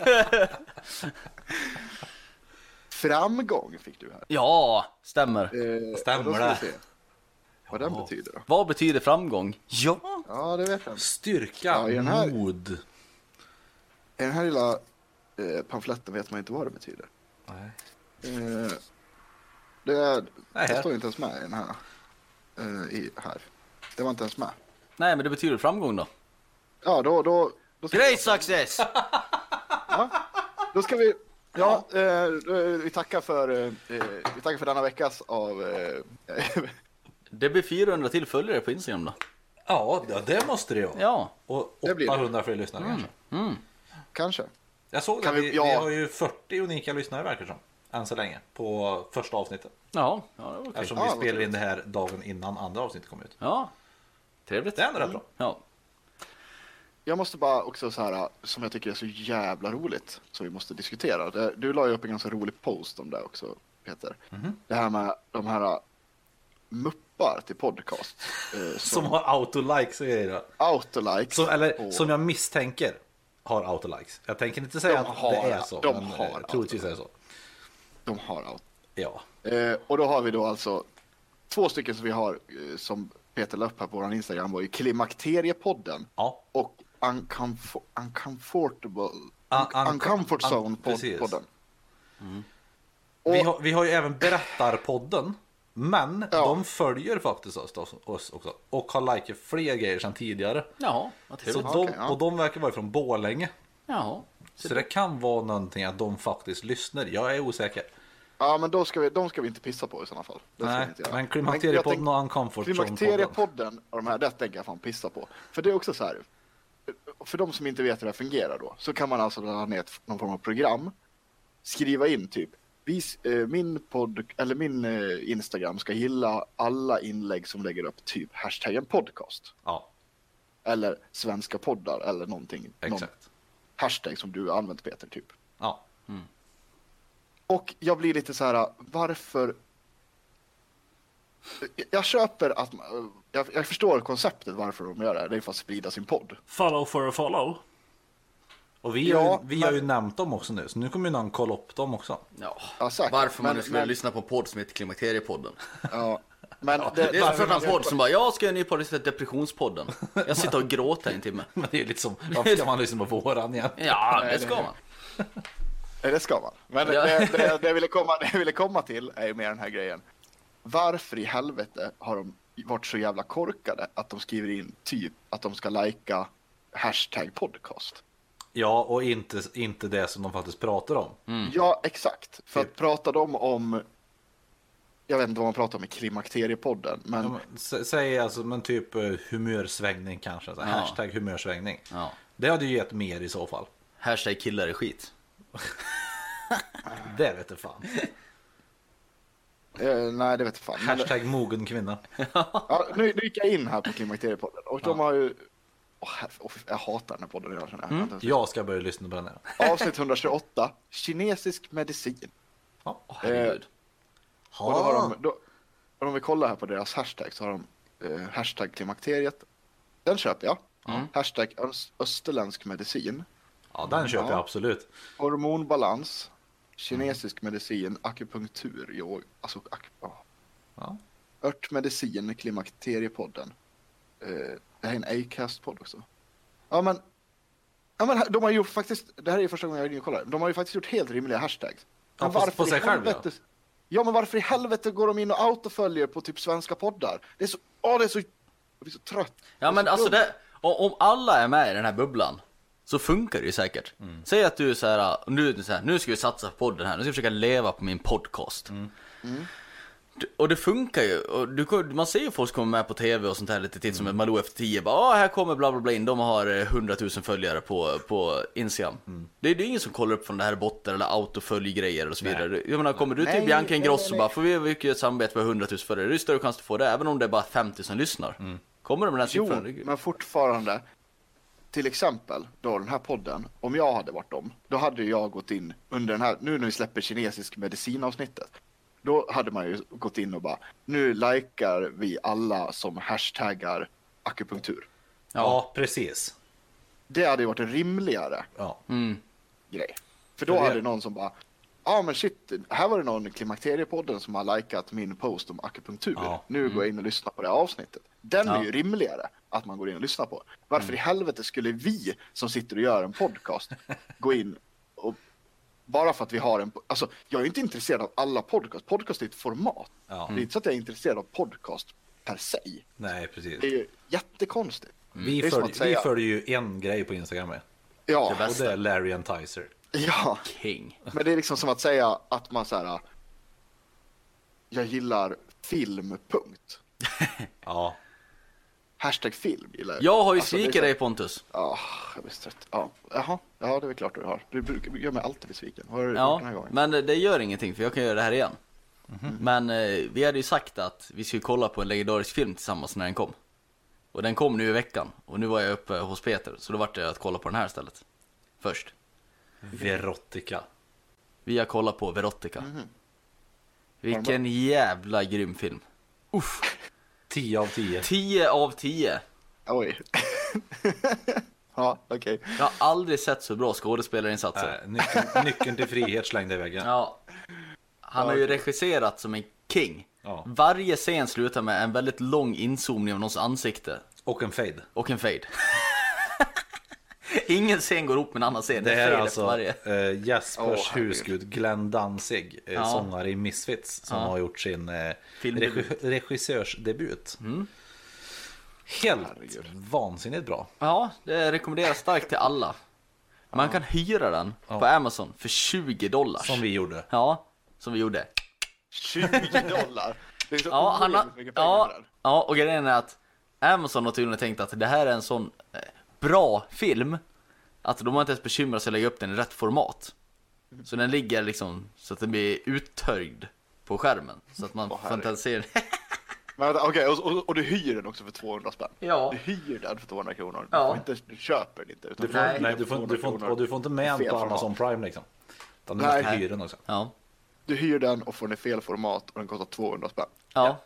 Framgång fick du här. Ja, stämmer. Eh, Stämmer då ska vi det? se vad den betyder då. Vad betyder framgång? Ja. Ja, det vet jag. Styrka, Ja, i den här- mod. I den här lilla eh, pamfletten vet man inte vad det betyder. Nej. Eh, det, är, Nej, det här. står inte ens med i den här. Eh, i, här. Det var inte ens med. Nej, men det betyder framgång då. Ja, då... då, då ska, Great success! då ska vi... Ja, eh, då- vi tackar för eh, vi tackar för denna veckas av... Eh, Det blir fyrahundra till följare på Instagram då. Ja, det- det måste det ju vara. Ja. Och Det blir det. åttahundra fler lyssnare kanske. kanske. Jag såg Kan det, vi- vi, ja. vi har ju fyrtio unika lyssnare verkar det som. Än så länge. På första avsnittet. Ja, ja, det var okej. Eftersom Ja, vi vad spelar trevligt. in det här dagen innan andra avsnittet kom ut. Ja. Trevligt. Det är ändå rätt bra. Ja. Jag måste bara också så här, som jag tycker är så jävla roligt, som vi måste diskutera. Det, du la ju upp en ganska rolig post om det också, Peter. Det här med de här muppar till podcast. Eh, som Som har autolikes och grejer. autolikes. Som, eller på- som jag misstänker har autolikes. Jag tänker inte säga De att har- det är så. de men har eh, troligtvis är det så. De har out. Ja. Eh, och då har vi då alltså två stycken som vi har eh, som Peter la upp här på vår Instagram var ju Klimakteriepodden Ja. och Uncomfort, Uncomfortable Un- Un- un- Uncomfort un- Zone precis. podden. Vi Och- har, vi har ju även Berättarpodden. Men Ja. de följer faktiskt oss, oss också. Och har likat fler grejer sedan tidigare. Jaha, vad Så trevligt. de, Okej, ja. Och de verkar vara från Borlänge. Jaha. Så det kan vara någonting att de faktiskt lyssnar. Jag är osäker. Ja, men då ska vi, de ska vi inte pissa på i sådana fall. Det ska vi Nej, inte göra. men jag Klimakteriepodden tänk- och Uncomfort Zone-podden. Klimakteriepodden och de här, det tänker jag fan pissa på. För det är också så här, för de som inte vet hur det här fungerar då, så kan man alltså ladda ner ett- någon form av program, skriva in typ, vis, eh, min podd, eller min eh, Instagram ska gilla alla inlägg som lägger upp typ hashtaggen podcast. Ja, Eller svenska poddar eller någonting. Någon exakt. hashtag som du har använt Peter typ. Ja. Och jag blir lite så här, varför... Jag köper att... Jag, jag förstår konceptet varför de gör det. Det är för att sprida sin podd. Follow for a follow. Och vi, Ja, har, ju- vi men- har ju nämnt dem också nu. Så nu kommer ju någon kolla upp dem också. Ja. Ja, säkert. Varför man Men- nu skulle men- lyssna på en podd som heter Klimakteriepodden. Ja, men det, Det är för en podd som bara, jag ska göra en ny podd som heter Depressionspodden. Jag sitter och gråter en timme. Men det är ju lite som, varför ska man lyssna på våran igen? Ja, det ska man. Nej, det ska man. Men Ja. det, det, det, jag ville komma, det jag ville komma till är ju mer den här grejen. Varför i helvete har de varit så jävla korkade att de skriver in typ att de ska lajka hashtag podcast? Ja, och inte, inte det som de faktiskt pratar om. Ja, exakt. För att prata de om... Jag vet inte vad man pratar om i Klimakteriepodden, men... Ja, men, sä- säg alltså, men typ eh, humörsvängning kanske. Så, Ja. Hashtag humörsvängning. Ja. Det hade ju gett mer i så fall. Hashtag killar är skit. Det vet jag fan. Eh, nej, det vet jag fan. Men, Hashtag mogen kvinna. ja, nu, nu gick jag in här på Klimakteriepodden och de har ju... Åh, här, åh, jag hatar den här podden redan, känner jag. Mm. Jag ska börja lyssna på den här. Avsnitt etthundratjugoåtta, kinesisk medicin. Ja. Åh, herregud. Och då har de, då, om vi kollar här på deras hashtag så har de eh, hashtag klimakteriet. Den köper jag. Hashtag öst, österländsk medicin. Ja, den köper Ja. jag absolut. Hormonbalans. Kinesisk medicin. Akupunktur. Jo, alltså, ak, ja. Ja. Örtmedicin. Klimakteriepodden. Eh, det här är en Acast-podd också. Ja, men, ja, men de har gjort faktiskt, det här är första gången jag är inne och kollar. De har ju faktiskt gjort helt rimliga hashtags. Ja, Men på- varför på sig i själv, ja. helvete- Ja, men varför i helvete går de in och autoföljer på typ svenska poddar? Det är så, åh, det är så, jag blir så trött. Ja, men så alltså dumt. det, o- om alla är med i den här bubblan så funkar det ju säkert. Säg att du är så här, nu, så här, nu ska vi satsa på podden här, nu ska jag försöka leva på min podcast. Och det funkar ju. Och du, man ser ju folk som kommer med på tv och sånt här lite titt som ett Malou efter tio. Bara, ah, här kommer bla bla bla in. De har hundratusen följare på, på Instagram. Mm. Det är ju ingen som kollar upp från det här botten eller autoföljgrejer och så vidare. Nej. Jag menar, kommer du till nej, Bianca Ingrosso och bara, får vi mycket samarbete med hundratusen följare? Det är större chans att få det, även om det är bara femtio som lyssnar. Mm. Kommer de med den här siffran? Jo, men fortfarande. Till exempel då den här podden, om jag hade varit dem, då hade jag gått in under den här, nu när vi släpper kinesisk medicinavsnittet, då hade man ju gått in och bara, nu likar vi alla som hashtaggar akupunktur. Ja, ja precis. Det hade ju varit en rimligare ja. mm. grej. För då För det... hade någon som bara, ja ah, men shit, här var det någon i Klimakteriepodden som har likat min post om akupunktur. Ja. Nu mm. går jag in och lyssnar på det här avsnittet. Den ja. är ju rimligare att man går in och lyssnar på. Varför mm. i helvete skulle vi som sitter och gör en podcast gå in och bara för att vi har en... Alltså, jag är inte intresserad av alla podcast. Podcast är ett format. Ja. Det är inte så att jag är intresserad av podcast per se. Nej, precis. Det är ju jättekonstigt. Mm. Vi, följ, säga... vi följer ju en grej på Instagram med. Ja. Det och det är Larry Enticer. Ja. King. Men det är liksom som att säga att man så här... Jag gillar film, punkt. Ja. Hashtag film gillar jag. Jag har ju alltså, svikit så... dig, Pontus. Ja, jag blir trött. Ja, jaha. Ja, det är väl klart du har. Du brukar gör mig alltid besviken. Har du ja, den här gången? Men det gör ingenting för jag kan göra det här igen. Mm-hmm. Men eh, vi hade ju sagt att vi skulle kolla på en legendarisk film tillsammans när den kom. Och den kom nu i veckan. Och nu var jag uppe hos Peter. Så då var det att kolla på den här istället. Först. Verotica. Vi har kollat på Verotica. Mm-hmm. Vilken jävla grym film. Uff. tio av tio. tio av tio. Oj. Ja, okej. Okay. Jag har aldrig sett så bra skådespelarinsatser. Äh, nyckeln, nyckeln till frihet slängde i väggen. Ja. Han har ju regisserat som en king. Ja. Varje scen slutar med en väldigt lång inzoomning av någons ansikte. Och en fade. Och en fade. Ingen scen går ihop med en annan scen. Det är alltså uh, Jaspers oh, husgud Glenn Danzig, ja. sångare i Misfits, som ja. har gjort sin uh, regi- regissörsdebut. Mm. Helt herregud. Vansinnigt bra. Ja, det rekommenderas starkt till alla. Man ja. kan hyra den ja. på Amazon för tjugo dollar. Som vi gjorde. Ja, som vi gjorde. tjugo dollar? Det är så ja, han har, mycket ja, ja, och grejen är att Amazon har tydligen tänkt att det här är en sån eh, bra film att de har inte ens bekymrat sig att lägga upp den i rätt format. Så den ligger liksom så att den blir uttöjd på skärmen. Så att man oh, fantiserar. Okej, okay, och, och, och du hyr den också för tvåhundra spänn. Ja. Du hyr den för tvåhundra kronor. Ja. Du, får inte, du köper den inte. Utan du får, nej, nej du, får, du, får, och du får inte med på Amazon Prime liksom. Utan du måste hyra den också. Ja. Du hyr den och får den i fel format och den kostar tvåhundra spänn. Ja. ja.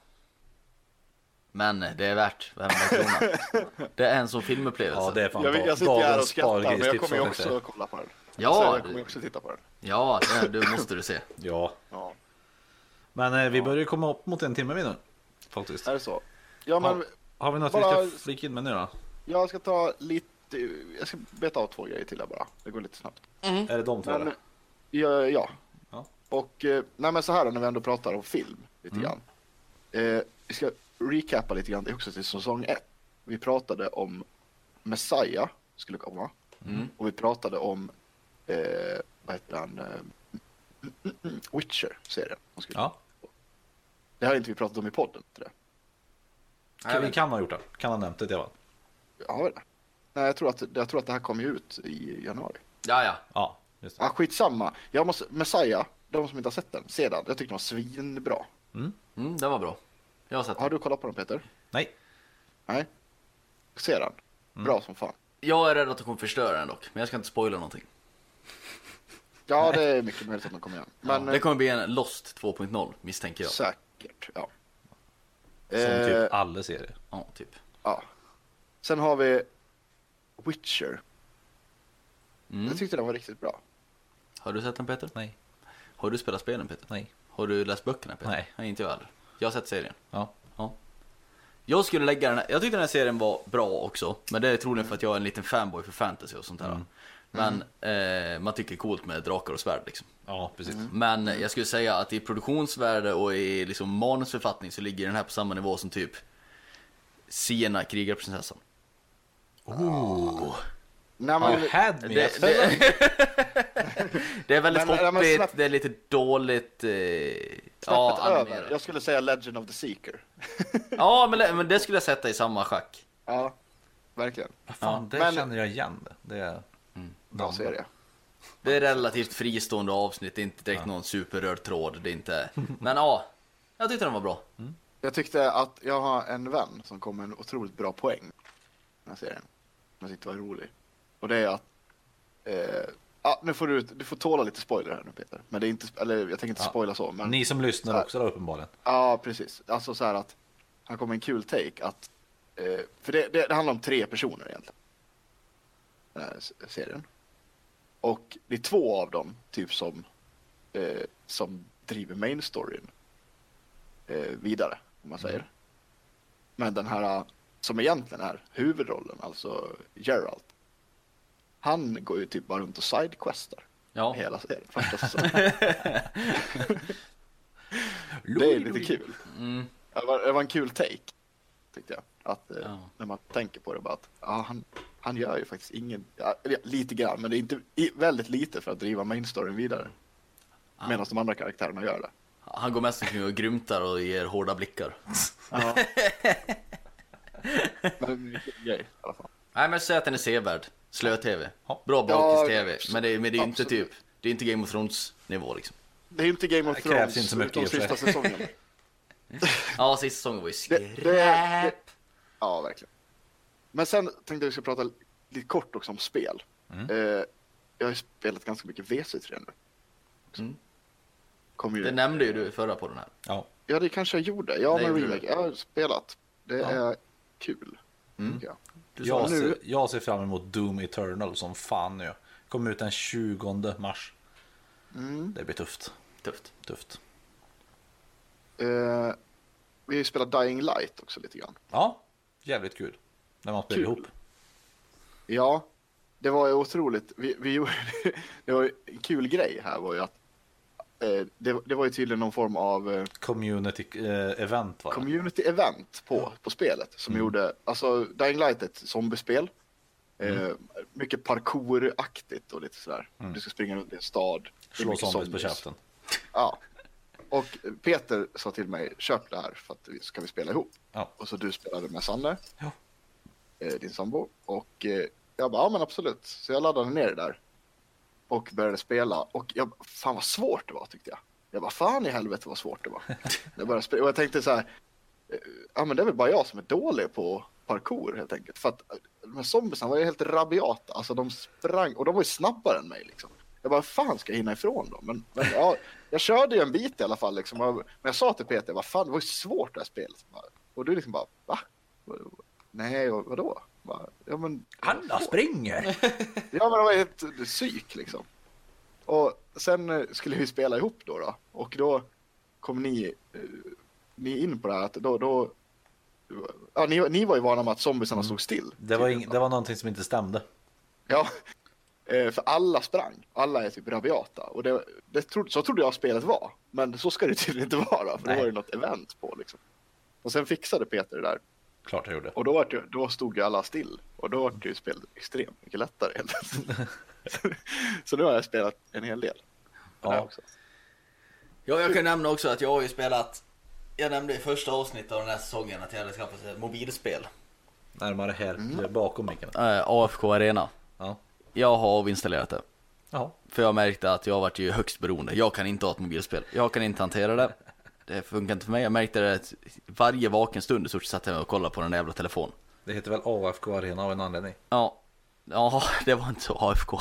Men det är värt varenda krona. Det är en sån filmupplevelse. Ja, det är fan jag, jag sitter här och skrattar, men jag kommer ju också att kolla på den. Ja, alltså, jag kommer också titta på den. Ja, det, det måste du se. Ja. ja. Men eh, vi börjar ju komma upp mot en timme nu. Faktiskt. Är det så? Ja, men har, har vi något bara, vi ska flika in med nu då? Jag ska ta lite, jag ska beta av två grejer till här bara. Det går lite snabbt. Mm. Är det de två? Men, ja, ja. ja. Och nej, men så här när vi ändå pratar om film lite mm. grann. Eh, vi ska recapa lite grann också till säsong ett. Vi pratade om Messiah skulle komma. Mm. Och vi pratade om eh, vad heter han? Eh, Witcher-serien. Ja. Det har inte vi pratat om i podden. Det. Nej, vi kan ha gjort det. Kan ha nämnt det, det var. Ja, det. Nej, jag tror att jag tror att det här kommer ut i januari. Ja, ja. Ja, just det. Ah, skitsamma. Jag måste Messiah, de som inte har sett den, se den. Jag tyckte den var svinbra. Mm. Mm, det var bra. Jag har sett den. Har du kollat på den, Peter? Nej. Nej. Se den. Mm. Bra som fan. Jag är rädd att de kommer förstöra den dock, men jag ska inte spoila någonting. Ja, det är mycket möjligt att de kommer igen. Men, ja, det kommer bli en Lost två punkt noll, misstänker jag. Säkert, ja. Som eh, typ alla serier. Ja, typ. Ja. Sen har vi Witcher. Mm. Jag tyckte den var riktigt bra. Har du sett den, Peter? Nej. Har du spelat spelen, Peter? Nej. Har du läst böckerna, Peter? Nej. Nej, inte jag heller. Jag har sett serien. Ja. Ja. Jag skulle lägga den här, jag tyckte den här serien var bra också. Men det är troligen för att jag är en liten fanboy för fantasy och sånt där. Mm. Men eh, man tycker det är coolt med drakar och svärd liksom. Ja, precis. Mm. Men jag skulle säga att i produktionsvärde och i liksom manusförfattning så ligger den här på samma nivå som typ Siena, krigarprinsessan. Oh. Nej, men, I had me det, det, Det är väldigt Men- men hoppigt, släpp- det är lite dåligt. Eh, Snäppet ja, över. animerat. Jag skulle säga Legend of the Seeker. Ja, men, men det skulle jag sätta i samma schack. Ja, verkligen. Fan, det Men- känner jag igen det. Det är Bra serie. Det är relativt fristående avsnitt, det är inte direkt någon superröd tråd. Det är inte... Men ja, jag tyckte den var bra. Jag tyckte att jag har en vän som kom med en otroligt bra poäng i den här serien. Jag tyckte det var rolig. Och det är att eh, ja, nu får du, du får tåla lite spoiler här nu Peter. Men det är inte, eller jag tänker inte Ja. spoila så. Men, Ni som lyssnar så här- också då uppenbarligen. Ja, precis. Alltså så här att han kom med en kul take att eh, för det, det, det handlar om tre personer egentligen. Den här s- serien. Och det är två av dem typ som eh, som driver main storyn eh, vidare om man säger. Men den här eh, som egentligen är huvudrollen, alltså Geralt. Han går ju typ bara runt och sidequestar Ja. hela serien. Första säsongen. Det är lite kul. Mm. Det var, det var en kul take, tyckte jag. Att, eh, Ja. När man tänker på det, bara att ja, han, han gör ju faktiskt ingen, ja, eller lite grann, men det är inte i, väldigt lite för att driva main storyn vidare. Medan de andra karaktärerna gör det. Han går mest omkring och grymtar och ger hårda blickar. Ja. Men det är en grej i alla fall. Nej, men säg att den är sevärd. Slö-tv. Ja. Bra Ja, bakis-tv. Men det, är- men det är inte absolut. typ... Det är inte Game of Thrones-nivå liksom. Det är ju inte Game of Det krävs Thrones inte så mycket utom i och för sig. sista säsongen. Ja, sista säsongen var ju Det, skräp. det, det, ja, verkligen. Men sen tänkte jag att vi ska prata lite kort också om spel. Mm. Eh, jag har ju spelat ganska mycket V C tre nu. Mm. Kom ju, Det nämnde ju du förra på den här. Ja. Ja, det kanske jag gjorde. Ja, Det med gjorde remake. Jag har spelat. Det Ja. är kul. Mm. tycker jag. Du sa Jag, nu- ser, jag ser fram emot Doom Eternal som fan nu. Kommer ut den tjugonde mars. Mm. Det blir tufft. tufft. Tufft. Eh, vi har ju spelat Dying Light också lite grann. Ja, jävligt kul. När man spelar Kul. ihop. Ja, det var ju otroligt. Vi, vi gjorde, det var ju en kul grej här var ju att eh, det, det var ju tydligen någon form av eh, Community eh, event var det. community event på, på spelet som Mm. gjorde, alltså Dying Light är ett zombiespel. Eh, mycket parkouraktigt och lite sådär. Mm. Du ska springa runt i en stad. Det är Slå mycket zombies på käften. Ja. Och Peter sa till mig, köp det här för att vi ska vi spela ihop. Ja. Och så du spelade med Sanne, Ja. eh, din sambo. Och eh, jag bara, ja men absolut. Så jag laddade ner det där. Och började spela. Och jag, fan vad svårt det var tyckte jag. Jag bara, fan i helvete vad svårt det var. jag började spela, och jag tänkte så här, eh, ja men det är väl bara jag som är dålig på parkour helt enkelt. För att eh, de här zombiesarna var ju helt rabiata. Alltså de sprang, och de var ju snabbare än mig liksom. Jag bara, fan ska jag hinna ifrån dem? Men, men ja, jag körde ju en bit i alla fall liksom. Och, men jag sa till Peter, vad fan det var ju svårt det här spelet. Och du liksom bara, va? Nej, och vadå? Bara, ja, men, Alla springer! Ja, men det var ett psyk liksom. Och sen eh, skulle vi spela ihop då då. Och då kom ni, eh, ni in på det här att då, då ja, ni, ni var ju vana med att zombiesarna stod still. Det var, tydligen, ing- det var någonting som inte stämde. Ja, eh, för alla sprang. Alla är typ rabiata. Och det, det trodde, så trodde jag spelet var. Men så ska det tydligen inte vara. För Nej. det var ju något event på liksom. Och sen fixade Peter det där. Klart jag gjorde. Och då, var det, då stod ju alla still. Och då var det ju spelet extremt mycket lättare helt enkelt. Så nu har jag spelat en hel del. Ja. Också. Ja, jag kan nämna också att jag har ju spelat... Jag nämnde i första avsnittet av den här säsongen att jag hade skaffat ett mobilspel. Närmare här, bakom micken. Äh, A F K Arena. Ja. Jag har avinstallerat det. Ja. För jag märkte att jag varit ju högst beroende. Jag kan inte ha ett mobilspel. Jag kan inte hantera det. Det funkar inte för mig. Jag märkte det att varje vaken stund så satt jag och kollade på den där jävla telefon. Det heter väl A F K Arena av en anledning. Ja. Ja, det var inte så A F K.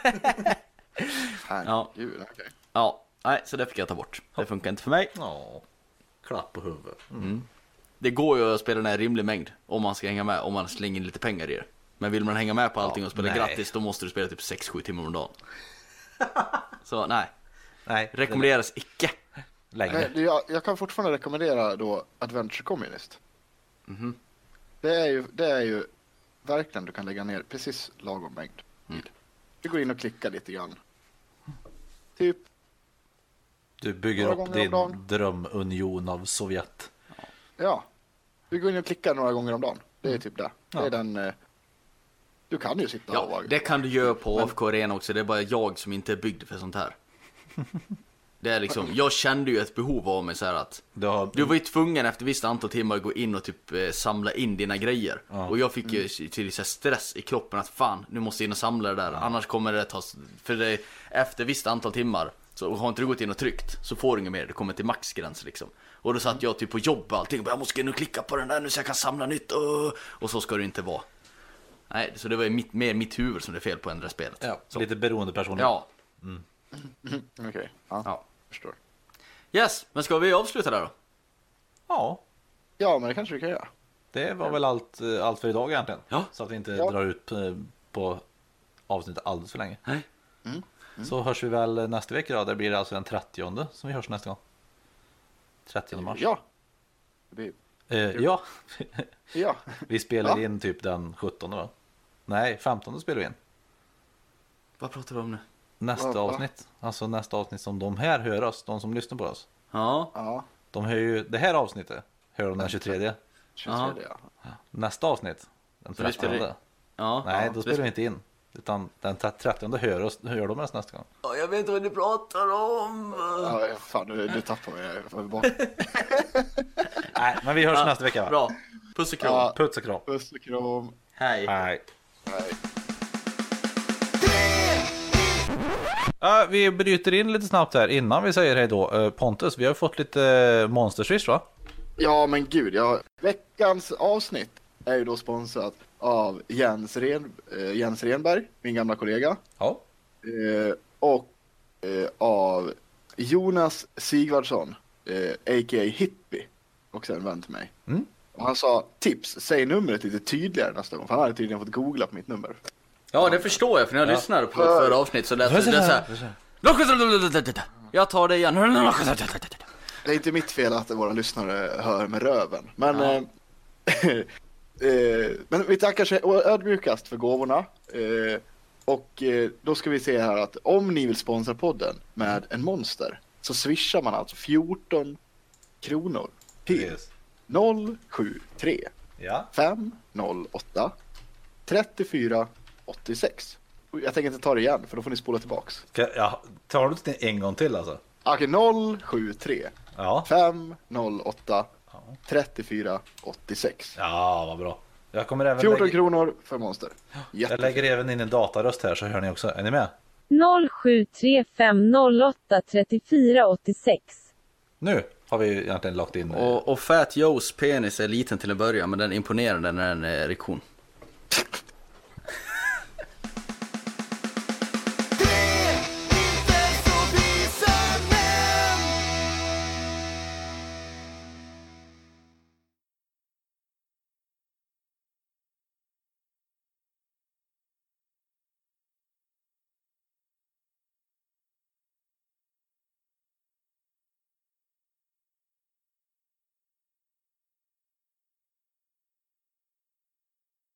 Herregud, okej. Ja, nej, så det fick jag ta bort. Det funkar inte för mig. Ja. Klapp på huvudet. Det går ju att spela den här rimlig mängd om man ska hänga med, om man slänger in lite pengar i det. Men vill man hänga med på allting och spela nej. gratis, då måste du spela typ sex sju timmar om dagen. Så nej, Nej, rekommenderas icke. längre. Men jag, jag kan fortfarande rekommendera då Adventure Communist. Mhm. Det är ju, det är ju verkligen du kan lägga ner precis lagom mängd tid. Du går in och klickar lite grann. Typ, Du bygger Några upp gånger om din dagen. drömunion av Sovjet. ja. Du går in och klickar några gånger om dagen. Det är typ det. Det Ja. är den, eh, Du kan ju sitta och Ja, vara... det kan du göra på A F K Arena också. Det är bara jag som inte är byggd för sånt här. Det är liksom, jag kände ju ett behov av mig så här att Du har... du var ju tvungen efter visst antal timmar att gå in och typ eh, samla in dina grejer. Ja. Och jag fick ju till så här stress i kroppen att fan, nu måste jag in och samla det där. Annars kommer det ta, för det, efter visst antal timmar så har inte du gått in och tryckt, så får du inget mer, det kommer till maxgräns liksom. Och då satt jag typ på jobb och allting och bara, jag måste in och klicka på den där nu så jag kan samla nytt. Och, och så ska det inte vara. Nej, så det var ju mitt, mer mitt huvud som det är fel på än det spelet. Ja, Så. lite beroende personer. Ja. Okej, okay. ja, Ja. förstår. Yes, men ska vi avsluta där då? Ja, Ja, men det kanske vi kan göra. det var väl allt, eh, allt för idag egentligen. Ja. Så att vi inte Ja. drar ut eh, på avsnittet alldeles för länge. Nej. Så hörs vi väl nästa vecka då. Det blir alltså den trettionde som vi hörs nästa gång. trettionde mars. Ja. Det blir... Eh, ja. Ja. Vi spelar Ja. in typ den sjuttonde va? Nej, femtonde spelar vi in. Vad pratar du om nu? Nästa Va- va? avsnitt. Alltså nästa avsnitt som de här hör oss. De som lyssnar på oss. Ja. Ja. De hör ju det här avsnittet. Hör de den tjugotredje. tjugotredje, ja. Nästa avsnitt. Den Så vi spelar trettionde. Ja. Nej, ja. då spelar vi inte in. Utan den trettionde hör, oss, hör de oss nästa gång. Ja, jag vet inte vad ni pratar om. Ja, fan, du, du tappar mig. Jag får bort. Nej, men vi hörs Ja, nästa vecka va? Bra. Puss och kram. Ja. Puss och kram. Puss och kram. Hej. Nej. Nej. Ja, vi bryter in lite snabbt här innan vi säger hej då. Eh, Pontus, vi har fått lite eh, Monster Swish va? Ja, men gud. Ja. Veckans avsnitt är ju då sponsrat av Jens, Ren, eh, Jens Renberg, min gamla kollega. Ja. Eh, och eh, av Jonas Sigvardsson, eh, a k a. Hippie, också en vän till mig. Mm. Och han sa, tips, säg numret lite tydligare nästa gång. För han hade tydligen fått googla på mitt nummer. Ja, det förstår jag, för när jag Ja. lyssnade på förra avsnitt så lät det så här. Jag tar det igen. Det är inte mitt fel att våra lyssnare hör med röven. Men, Ja. eh, eh, men vi tackar så ödmjukast för gåvorna. Eh, och eh, då ska vi se här att om ni vill sponsra podden med en monster så swishar man alltså fjorton kronor till Yes. noll sju tre Ja. fem noll åtta tre fyra åtta sex. Och jag tänker inte ta det igen för då får ni spola tillbaks. Ska, ja. Tar du det en gång till alltså? Okej, noll sju tre Ja. fem noll åtta tre fyra åtta sex. Ja, vad bra. Jag kommer även fjorton lägga, kronor för monster. jag Jätte. lägger även in en dataröst här så hör ni också. Är ni med? noll sju tre fem noll åtta tre fyra åtta sex. Nu har vi egentligen lagt in. Och, och Fat Joes penis är liten till en början, men den är imponerande när den är erektion.